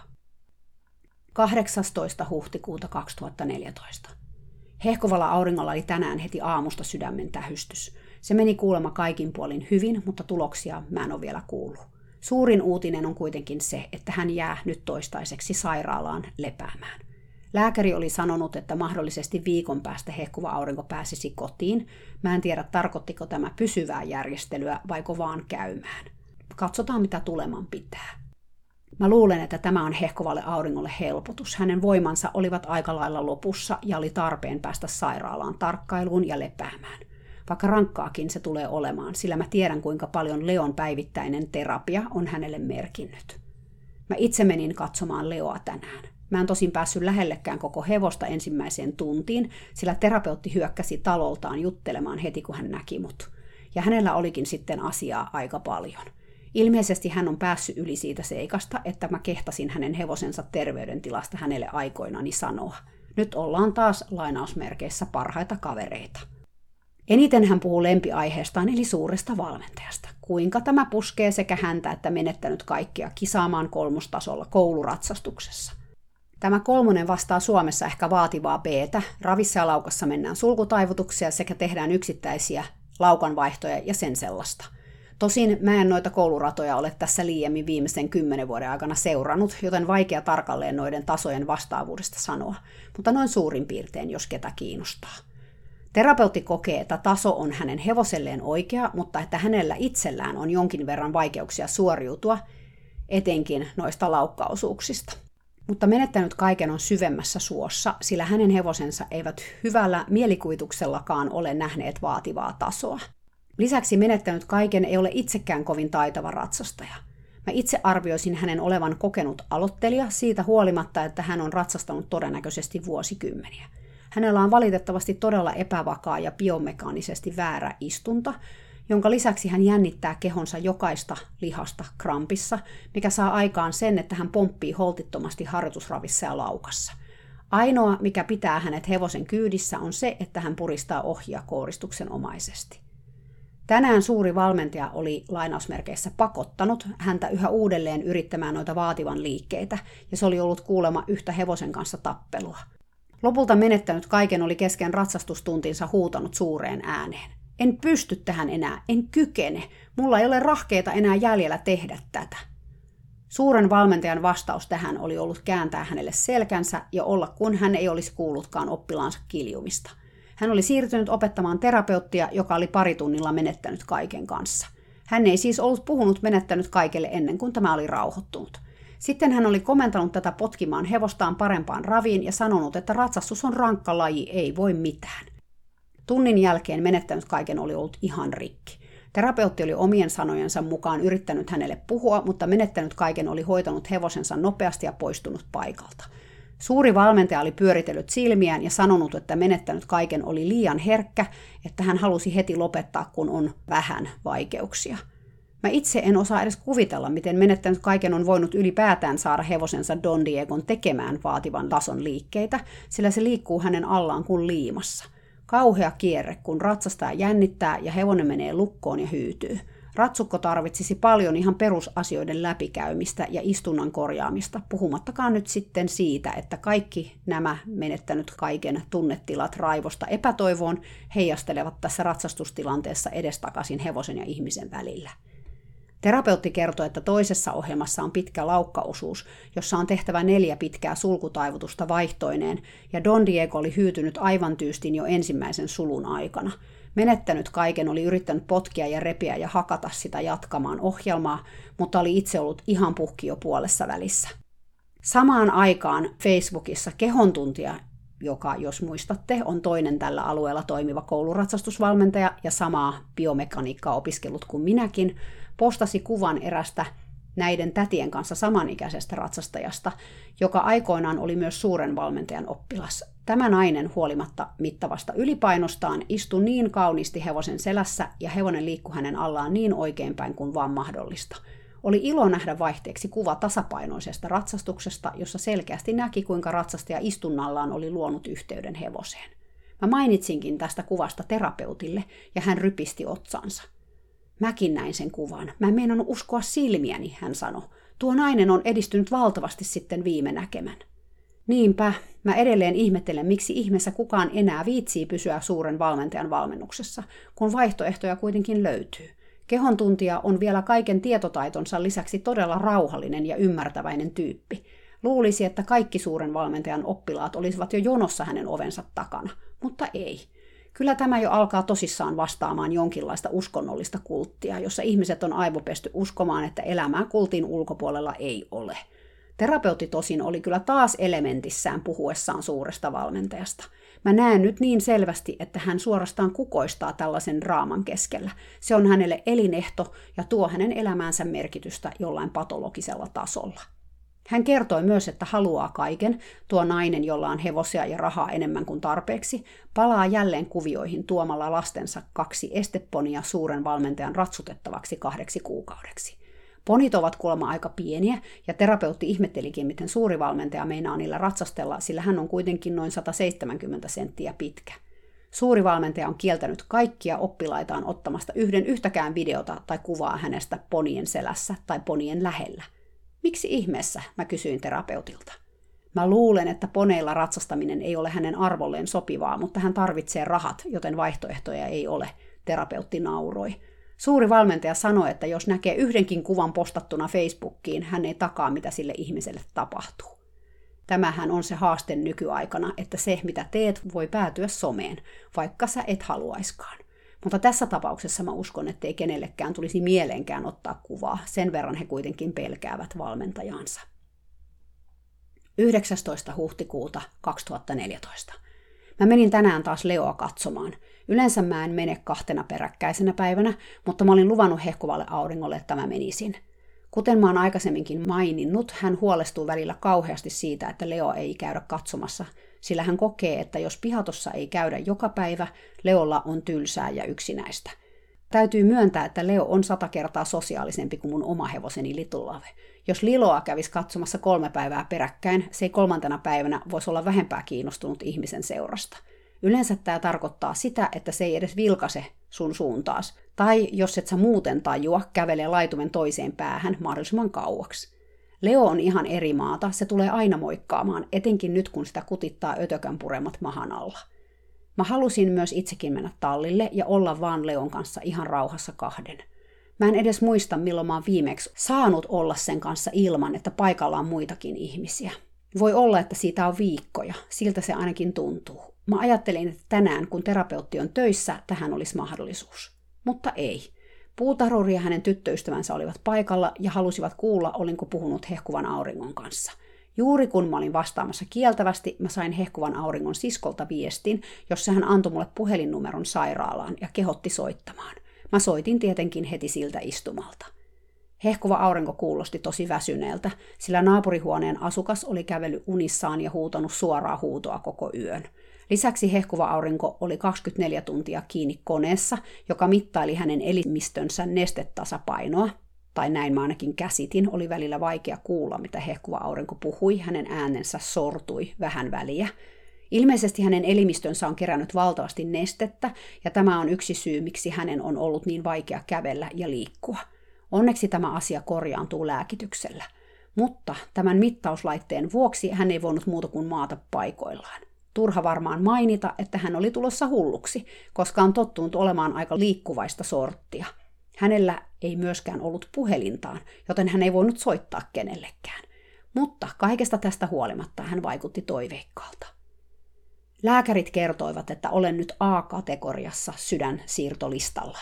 kahdeksastoista huhtikuuta kaksituhattaneljätoista. Hehkuvalla auringolla oli tänään heti aamusta sydämen tähystys. Se meni kuulemma kaikin puolin hyvin, mutta tuloksia mä en ole vielä kuullut. Suurin uutinen on kuitenkin se, että hän jää nyt toistaiseksi sairaalaan lepäämään. Lääkäri oli sanonut, että mahdollisesti viikon päästä hehkuva aurinko pääsisi kotiin. Mä en tiedä, tarkoittiko tämä pysyvää järjestelyä vaiko vaan käymään. Katsotaan, mitä tuleman pitää. Mä luulen, että tämä on hehkuvalle auringolle helpotus. Hänen voimansa olivat aika lailla lopussa ja oli tarpeen päästä sairaalaan tarkkailuun ja lepäämään. Vaikka rankkaakin se tulee olemaan, sillä mä tiedän, kuinka paljon Leon päivittäinen terapia on hänelle merkinnyt. Mä itse menin katsomaan Leoa tänään. Mä en tosin päässyt lähellekään koko hevosta ensimmäiseen tuntiin, sillä terapeutti hyökkäsi taloltaan juttelemaan heti, kun hän näki mut. Ja hänellä olikin sitten asiaa aika paljon. Ilmeisesti hän on päässyt yli siitä seikasta, että mä kehtasin hänen hevosensa terveydentilasta hänelle aikoinani sanoa. Nyt ollaan taas lainausmerkeissä parhaita kavereita. Eniten hän puhuu lempiaiheestaan eli suuresta valmentajasta. Kuinka tämä puskee sekä häntä että menettänyt kaikkia kisaamaan kolmostasolla kouluratsastuksessa. Tämä kolmonen vastaa Suomessa ehkä vaativaa B:tä. Ravissa ja laukassa mennään sulkutaivutuksia sekä tehdään yksittäisiä laukanvaihtoja ja sen sellaista. Tosin mä en noita kouluratoja ole tässä liiemmin viimeisen kymmenen vuoden aikana seurannut, joten vaikea tarkalleen noiden tasojen vastaavuudesta sanoa, mutta noin suurin piirtein, jos ketä kiinnostaa. Terapeutti kokee, että taso on hänen hevoselleen oikea, mutta että hänellä itsellään on jonkin verran vaikeuksia suoriutua, etenkin noista laukkausuuksista. Mutta menettänyt kaiken on syvemmässä suossa, sillä hänen hevosensa eivät hyvällä mielikuvituksellakaan ole nähneet vaativaa tasoa. Lisäksi menettänyt kaiken ei ole itsekään kovin taitava ratsastaja. Mä itse arvioisin hänen olevan kokenut aloittelija siitä huolimatta, että hän on ratsastanut todennäköisesti vuosikymmeniä. Hänellä on valitettavasti todella epävakaa ja biomekaanisesti väärä istunta, jonka lisäksi hän jännittää kehonsa jokaista lihasta krampissa, mikä saa aikaan sen, että hän pomppii holtittomasti harjoitusravissa ja laukassa. Ainoa, mikä pitää hänet hevosen kyydissä, on se, että hän puristaa ohjia kouristuksenomaisesti. Tänään suuri valmentaja oli lainausmerkeissä pakottanut häntä yhä uudelleen yrittämään noita vaativan liikkeitä, ja se oli ollut kuulemma yhtä hevosen kanssa tappelua. Lopulta menettänyt kaiken oli kesken ratsastustuntinsa huutanut suureen ääneen. En pysty tähän enää, en kykene, mulla ei ole rahkeita enää jäljellä tehdä tätä. Suuren valmentajan vastaus tähän oli ollut kääntää hänelle selkänsä ja olla kun hän ei olisi kuullutkaan oppilaansa kiljumista. Hän oli siirtynyt opettamaan terapeuttia, joka oli pari tunnilla menettänyt kaiken kanssa. Hän ei siis ollut puhunut menettänyt kaikelle ennen kuin tämä oli rauhoittunut. Sitten hän oli komentanut tätä potkimaan hevostaan parempaan raviin ja sanonut, että ratsastus on rankka laji, ei voi mitään. Tunnin jälkeen menettänyt kaiken oli ollut ihan rikki. Terapeutti oli omien sanojensa mukaan yrittänyt hänelle puhua, mutta menettänyt kaiken oli hoitanut hevosensa nopeasti ja poistunut paikalta. Suuri valmentaja oli pyöritellyt silmiään ja sanonut, että menettänyt kaiken oli liian herkkä, että hän halusi heti lopettaa, kun on vähän vaikeuksia. Mä itse en osaa edes kuvitella, miten menettänyt kaiken on voinut ylipäätään saada hevosensa Don Diegon tekemään vaativan tason liikkeitä, sillä se liikkuu hänen allaan kuin liimassa. Kauhea kierre, kun ratsastaja jännittää ja hevonen menee lukkoon ja hyytyy. Ratsukko tarvitsisi paljon ihan perusasioiden läpikäymistä ja istunnan korjaamista, puhumattakaan nyt sitten siitä, että kaikki nämä menettänyt kaiken tunnetilat raivosta epätoivoon heijastelevat tässä ratsastustilanteessa edestakaisin hevosen ja ihmisen välillä. Terapeutti kertoi, että toisessa ohjelmassa on pitkä laukkaosuus, jossa on tehtävä neljä pitkää sulkutaivutusta vaihtoineen, ja Don Diego oli hyytynyt aivan tyystin jo ensimmäisen sulun aikana. Menettänyt kaiken oli yrittänyt potkia ja repiä ja hakata sitä jatkamaan ohjelmaa, mutta oli itse ollut ihan puhki jo puolessa välissä. Samaan aikaan Facebookissa kehontuntija, joka, jos muistatte, on toinen tällä alueella toimiva kouluratsastusvalmentaja ja samaa biomekaniikkaa opiskellut kuin minäkin, postasi kuvan erästä näiden tätien kanssa samanikäisestä ratsastajasta, joka aikoinaan oli myös suuren valmentajan oppilas. Tämä nainen huolimatta mittavasta ylipainostaan istui niin kauniisti hevosen selässä ja hevonen liikkui hänen allaan niin oikeinpäin kuin vaan mahdollista. Oli ilo nähdä vaihteeksi kuva tasapainoisesta ratsastuksesta, jossa selkeästi näki, kuinka ratsastaja istunnallaan oli luonut yhteyden hevoseen. Mä mainitsinkin tästä kuvasta terapeutille, ja hän rypisti otsansa. Mäkin näin sen kuvan. Mä en meinannut uskoa silmiäni, hän sanoi. Tuo nainen on edistynyt valtavasti sitten viime näkemän. Niinpä, mä edelleen ihmettelen, miksi ihmeessä kukaan enää viitsii pysyä suuren valmentajan valmennuksessa, kun vaihtoehtoja kuitenkin löytyy. Kehontuntija on vielä kaiken tietotaitonsa lisäksi todella rauhallinen ja ymmärtäväinen tyyppi. Luulisi, että kaikki suuren valmentajan oppilaat olisivat jo jonossa hänen ovensa takana, mutta ei. Kyllä tämä jo alkaa tosissaan vastaamaan jonkinlaista uskonnollista kulttia, jossa ihmiset on aivopesty uskomaan, että elämää kultin ulkopuolella ei ole. Terapeutti tosin oli kyllä taas elementissään puhuessaan suuresta valmentajasta. Mä näen nyt niin selvästi, että hän suorastaan kukoistaa tällaisen draaman keskellä. Se on hänelle elinehto ja tuo hänen elämäänsä merkitystä jollain patologisella tasolla. Hän kertoi myös, että haluaa kaiken, tuo nainen, jolla on hevosia ja rahaa enemmän kuin tarpeeksi, palaa jälleen kuvioihin tuomalla lastensa kaksi esteponia suuren valmentajan ratsutettavaksi kahdeksi kuukaudeksi. Ponit ovat kuulemma aika pieniä, ja terapeutti ihmettelikin, miten suuri valmentaja meinaa niillä ratsastella, sillä hän on kuitenkin noin sata seitsemänkymmentä senttiä pitkä. Suuri valmentaja on kieltänyt kaikkia oppilaitaan ottamasta yhden yhtäkään videota tai kuvaa hänestä ponien selässä tai ponien lähellä. Miksi ihmeessä, mä kysyin terapeutilta. Mä luulen, että poneilla ratsastaminen ei ole hänen arvolleen sopivaa, mutta hän tarvitsee rahat, joten vaihtoehtoja ei ole, terapeutti nauroi. Suuri valmentaja sanoi, että jos näkee yhdenkin kuvan postattuna Facebookiin, hän ei takaa, mitä sille ihmiselle tapahtuu. Tämähän on se haaste nykyaikana, että se, mitä teet, voi päätyä someen, vaikka sä et haluaiskaan. Mutta tässä tapauksessa mä uskon, ettei kenellekään tulisi mieleenkään ottaa kuvaa, sen verran he kuitenkin pelkäävät valmentajansa. yhdeksästoista huhtikuuta kaksituhattaneljätoista. Mä menin tänään taas Leoa katsomaan. Yleensä mä en mene kahtena peräkkäisenä päivänä, mutta mä olin luvannut hehkuvalle auringolle, että mä menisin. Kuten mä oon aikaisemminkin maininnut, hän huolestuu välillä kauheasti siitä, että Leo ei käydä katsomassa, sillä hän kokee, että jos pihatossa ei käydä joka päivä, Leolla on tylsää ja yksinäistä. Täytyy myöntää, että Leo on sata kertaa sosiaalisempi kuin mun oma hevoseni Little Love. Jos Liloa kävisi katsomassa kolme päivää peräkkäin, se ei kolmantena päivänä voisi olla vähempää kiinnostunut ihmisen seurasta. Yleensä tämä tarkoittaa sitä, että se ei edes vilkase sun suuntaas, tai jos et sä muuten tajua, kävelee laitumen toiseen päähän mahdollisimman kauaksi. Leo on ihan eri maata, se tulee aina moikkaamaan, etenkin nyt kun sitä kutittaa ötökän puremat mahan alla. Mä halusin myös itsekin mennä tallille ja olla vaan Leon kanssa ihan rauhassa kahden. Mä en edes muista, milloin mä oon viimeksi saanut olla sen kanssa ilman, että paikalla on muitakin ihmisiä. Voi olla, että siitä on viikkoja, siltä se ainakin tuntuu. Mä ajattelin, että tänään, kun terapeutti on töissä, tähän olisi mahdollisuus. Mutta ei. Puutarhuri ja hänen tyttöystävänsä olivat paikalla ja halusivat kuulla, olinko puhunut hehkuvan auringon kanssa. Juuri kun mä olin vastaamassa kieltävästi, mä sain hehkuvan auringon siskolta viestin, jossa hän antoi mulle puhelinnumeron sairaalaan ja kehotti soittamaan. Mä soitin tietenkin heti siltä istumalta. Hehkuva aurinko kuulosti tosi väsyneeltä, sillä naapurihuoneen asukas oli kävellyt unissaan ja huutanut suoraa huutoa koko yön. Lisäksi hehkuva aurinko oli kaksikymmentäneljä tuntia kiinni koneessa, joka mittaili hänen elimistönsä nestetasapainoa, tai näin mä ainakin käsitin, oli välillä vaikea kuulla, mitä hehkuva aurinko puhui, hänen äänensä sortui vähän väliä. Ilmeisesti hänen elimistönsä on kerännyt valtavasti nestettä, ja tämä on yksi syy, miksi hänen on ollut niin vaikea kävellä ja liikkua. Onneksi tämä asia korjaantuu lääkityksellä, mutta tämän mittauslaitteen vuoksi hän ei voinut muuta kuin maata paikoillaan. Turha varmaan mainita, että hän oli tulossa hulluksi, koska on tottunut olemaan aika liikkuvaista sorttia. Hänellä ei myöskään ollut puhelintaan, joten hän ei voinut soittaa kenellekään. Mutta kaikesta tästä huolimatta hän vaikutti toiveikkaalta. Lääkärit kertoivat, että olen nyt A-kategoriassa sydänsiirtolistalla.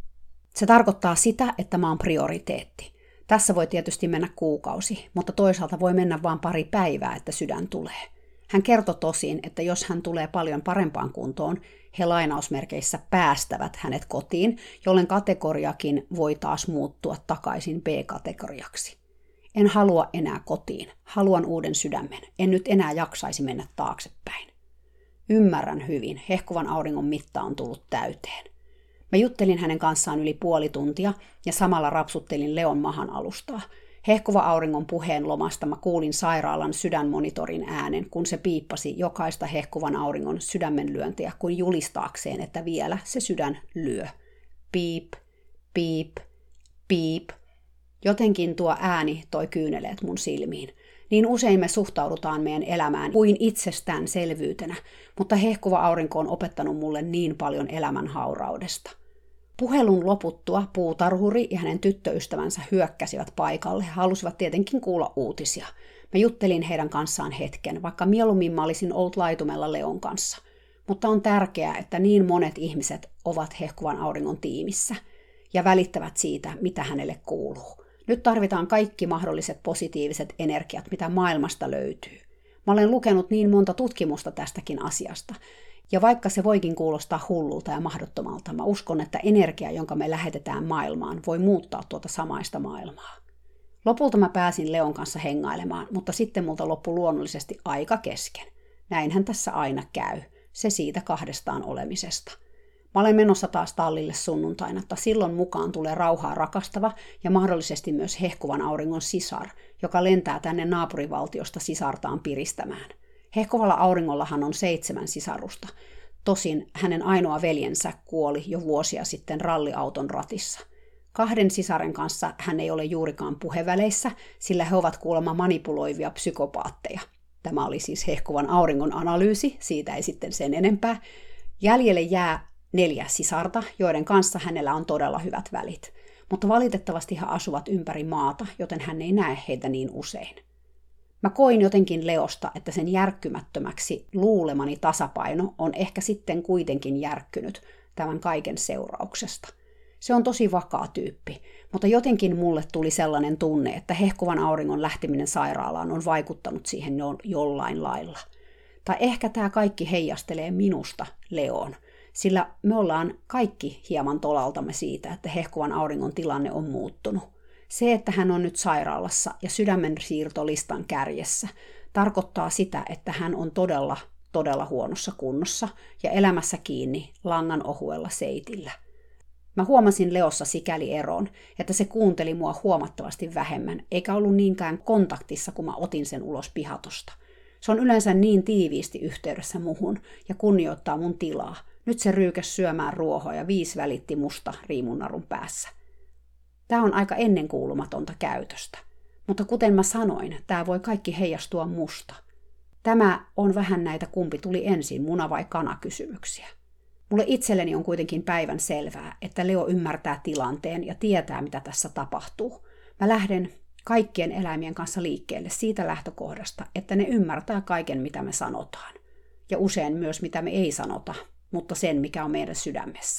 Se tarkoittaa sitä, että mä oon prioriteetti. Tässä voi tietysti mennä kuukausi, mutta toisaalta voi mennä vain pari päivää, että sydän tulee. Hän kertoi tosin, että jos hän tulee paljon parempaan kuntoon, he lainausmerkeissä päästävät hänet kotiin, jollen kategoriakin voi taas muuttua takaisin B-kategoriaksi. En halua enää kotiin, haluan uuden sydämen, en nyt enää jaksaisi mennä taaksepäin. Ymmärrän hyvin, hehkuvan auringon mitta on tullut täyteen. Mä juttelin hänen kanssaan yli puoli tuntia ja samalla rapsuttelin Leon mahan alustaa. Hehkuva auringon puheen lomasta mä kuulin sairaalan sydänmonitorin äänen, kun se piippasi jokaista hehkuvan auringon sydämenlyöntiä kuin julistaakseen, että vielä se sydän lyö. Piip, piip, piip. Jotenkin tuo ääni toi kyyneleet mun silmiin. Niin usein me suhtaudutaan meidän elämään kuin itsestäänselvyytenä, mutta hehkuva aurinko on opettanut mulle niin paljon elämän hauraudesta. Puhelun loputtua puutarhuri ja hänen tyttöystävänsä hyökkäsivät paikalle. He halusivat tietenkin kuulla uutisia. Mä juttelin heidän kanssaan hetken, vaikka mieluummin mä olisin ollut laitumella Leon kanssa. Mutta on tärkeää, että niin monet ihmiset ovat hehkuvan auringon tiimissä ja välittävät siitä, mitä hänelle kuuluu. Nyt tarvitaan kaikki mahdolliset positiiviset energiat, mitä maailmasta löytyy. Mä olen lukenut niin monta tutkimusta tästäkin asiasta. Ja vaikka se voikin kuulostaa hullulta ja mahdottomalta, mä uskon, että energia, jonka me lähetetään maailmaan, voi muuttaa tuota samaista maailmaa. Lopulta mä pääsin Leon kanssa hengailemaan, mutta sitten multa loppui luonnollisesti aika kesken. Näinhän tässä aina käy. Se siitä kahdestaan olemisesta. Mä olen menossa taas tallille sunnuntaina, että silloin mukaan tulee rauhaa rakastava ja mahdollisesti myös hehkuvan auringon sisar, joka lentää tänne naapurivaltiosta sisartaan piristämään. Hehkuvalla auringollahan on seitsemän sisarusta. Tosin hänen ainoa veljensä kuoli jo vuosia sitten ralliauton ratissa. Kahden sisaren kanssa hän ei ole juurikaan puheväleissä, sillä he ovat kuulemma manipuloivia psykopaatteja. Tämä oli siis hehkuvan auringon analyysi, siitä ei sitten sen enempää. Jäljelle jää neljä sisarta, joiden kanssa hänellä on todella hyvät välit. Mutta valitettavasti he asuvat ympäri maata, joten hän ei näe heitä niin usein. Mä koin jotenkin Leosta, että sen järkkymättömäksi luulemani tasapaino on ehkä sitten kuitenkin järkkynyt tämän kaiken seurauksesta. Se on tosi vakaa tyyppi, mutta jotenkin mulle tuli sellainen tunne, että hehkuvan auringon lähteminen sairaalaan on vaikuttanut siihen jo- jollain lailla. Tai ehkä tämä kaikki heijastelee minusta Leoon, sillä me ollaan kaikki hieman tolaltamme siitä, että hehkuvan auringon tilanne on muuttunut. Se, että hän on nyt sairaalassa ja sydämen siirtolistan kärjessä, tarkoittaa sitä, että hän on todella, todella huonossa kunnossa ja elämässä kiinni langan ohuella seitillä. Mä huomasin Leossa sikäli eron, että se kuunteli mua huomattavasti vähemmän, eikä ollut niinkään kontaktissa, kun mä otin sen ulos pihatosta. Se on yleensä niin tiiviisti yhteydessä muhun ja kunnioittaa mun tilaa. Nyt se ryykäs syömään ruohoa ja viisi välitti musta riimunnarun päässä. Tämä on aika ennenkuulumatonta käytöstä, mutta kuten mä sanoin, tämä voi kaikki heijastua musta. Tämä on vähän näitä kumpi tuli ensin, muna vai kana kysymyksiä. Mulle itselleni on kuitenkin päivän selvää, että Leo ymmärtää tilanteen ja tietää, mitä tässä tapahtuu. Mä lähden kaikkien eläimien kanssa liikkeelle siitä lähtökohdasta, että ne ymmärtää kaiken, mitä me sanotaan. Ja usein myös, mitä me ei sanota, mutta sen, mikä on meidän sydämessä.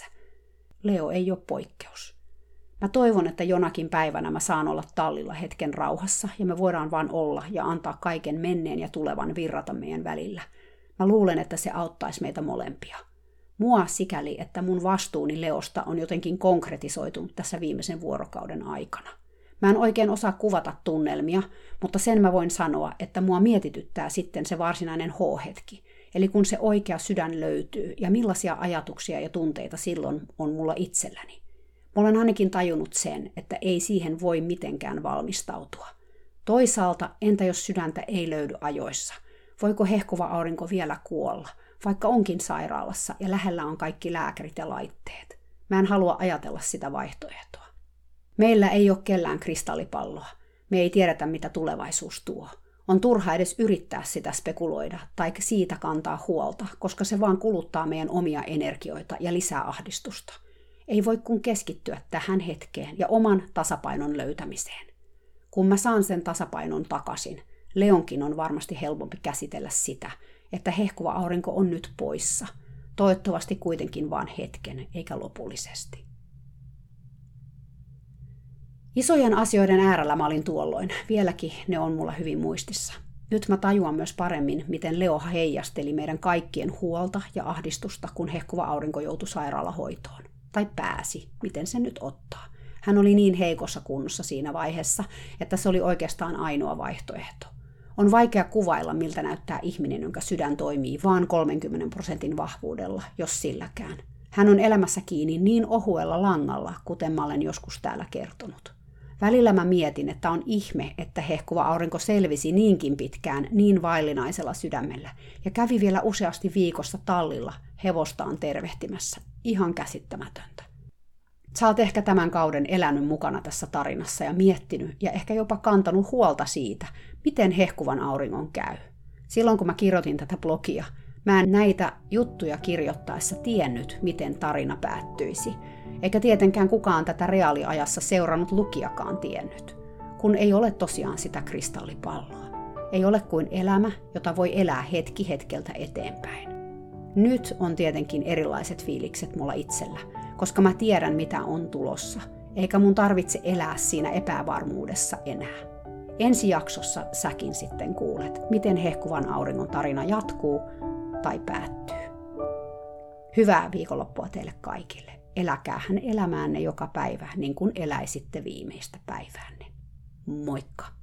Leo ei ole poikkeus. Mä toivon, että jonakin päivänä mä saan olla tallilla hetken rauhassa ja me voidaan vaan olla ja antaa kaiken menneen ja tulevan virrata meidän välillä. Mä luulen, että se auttaisi meitä molempia. Mua sikäli, että mun vastuuni Leosta on jotenkin konkretisoitunut tässä viimeisen vuorokauden aikana. Mä en oikein osaa kuvata tunnelmia, mutta sen mä voin sanoa, että mua mietityttää sitten se varsinainen H-hetki, eli kun se oikea sydän löytyy ja millaisia ajatuksia ja tunteita silloin on mulla itselläni. Mä olen ainakin tajunnut sen, että ei siihen voi mitenkään valmistautua. Toisaalta, entä jos sydäntä ei löydy ajoissa? Voiko hehkuva aurinko vielä kuolla, vaikka onkin sairaalassa ja lähellä on kaikki lääkärit ja laitteet? Mä en halua ajatella sitä vaihtoehtoa. Meillä ei ole kellään kristallipalloa. Me ei tiedetä, mitä tulevaisuus tuo. On turha edes yrittää sitä spekuloida tai siitä kantaa huolta, koska se vaan kuluttaa meidän omia energioita ja lisää ahdistusta. Ei voi kun keskittyä tähän hetkeen ja oman tasapainon löytämiseen. Kun mä saan sen tasapainon takaisin, Leonkin on varmasti helpompi käsitellä sitä, että hehkuva aurinko on nyt poissa. Toivottavasti kuitenkin vain hetken, eikä lopullisesti. Isojen asioiden äärellä mä olin tuolloin. Vieläkin ne on mulla hyvin muistissa. Nyt mä tajuan myös paremmin, miten Leo heijasteli meidän kaikkien huolta ja ahdistusta, kun hehkuva aurinko joutui sairaalahoitoon. Tai pääsi, miten se nyt ottaa. Hän oli niin heikossa kunnossa siinä vaiheessa, että se oli oikeastaan ainoa vaihtoehto. On vaikea kuvailla, miltä näyttää ihminen, jonka sydän toimii vain kolmenkymmenen prosentin vahvuudella, jos silläkään. Hän on elämässä kiinni niin ohuella langalla, kuten mä olen joskus täällä kertonut. Välillä mä mietin, että on ihme, että hehkuva aurinko selvisi niinkin pitkään niin vaillinaisella sydämellä ja kävi vielä useasti viikossa tallilla hevostaan tervehtimässä. Ihan käsittämätöntä. Sä oot ehkä tämän kauden elänyt mukana tässä tarinassa ja miettinyt ja ehkä jopa kantanut huolta siitä, miten hehkuvan auringon käy. Silloin kun mä kirjoitin tätä blogia, mä en näitä juttuja kirjoittaessa tiennyt, miten tarina päättyisi. Eikä tietenkään kukaan tätä reaaliajassa seurannut lukijakaan tiennyt, kun ei ole tosiaan sitä kristallipalloa. Ei ole kuin elämä, jota voi elää hetki hetkeltä eteenpäin. Nyt on tietenkin erilaiset fiilikset mulla itsellä, koska mä tiedän mitä on tulossa, eikä mun tarvitse elää siinä epävarmuudessa enää. Ensi jaksossa säkin sitten kuulet, miten hehkuvan auringon tarina jatkuu tai päättyy. Hyvää viikonloppua teille kaikille. Eläkäähän elämäänne joka päivä niin kuin eläisitte viimeistä päiväänne. Moikka!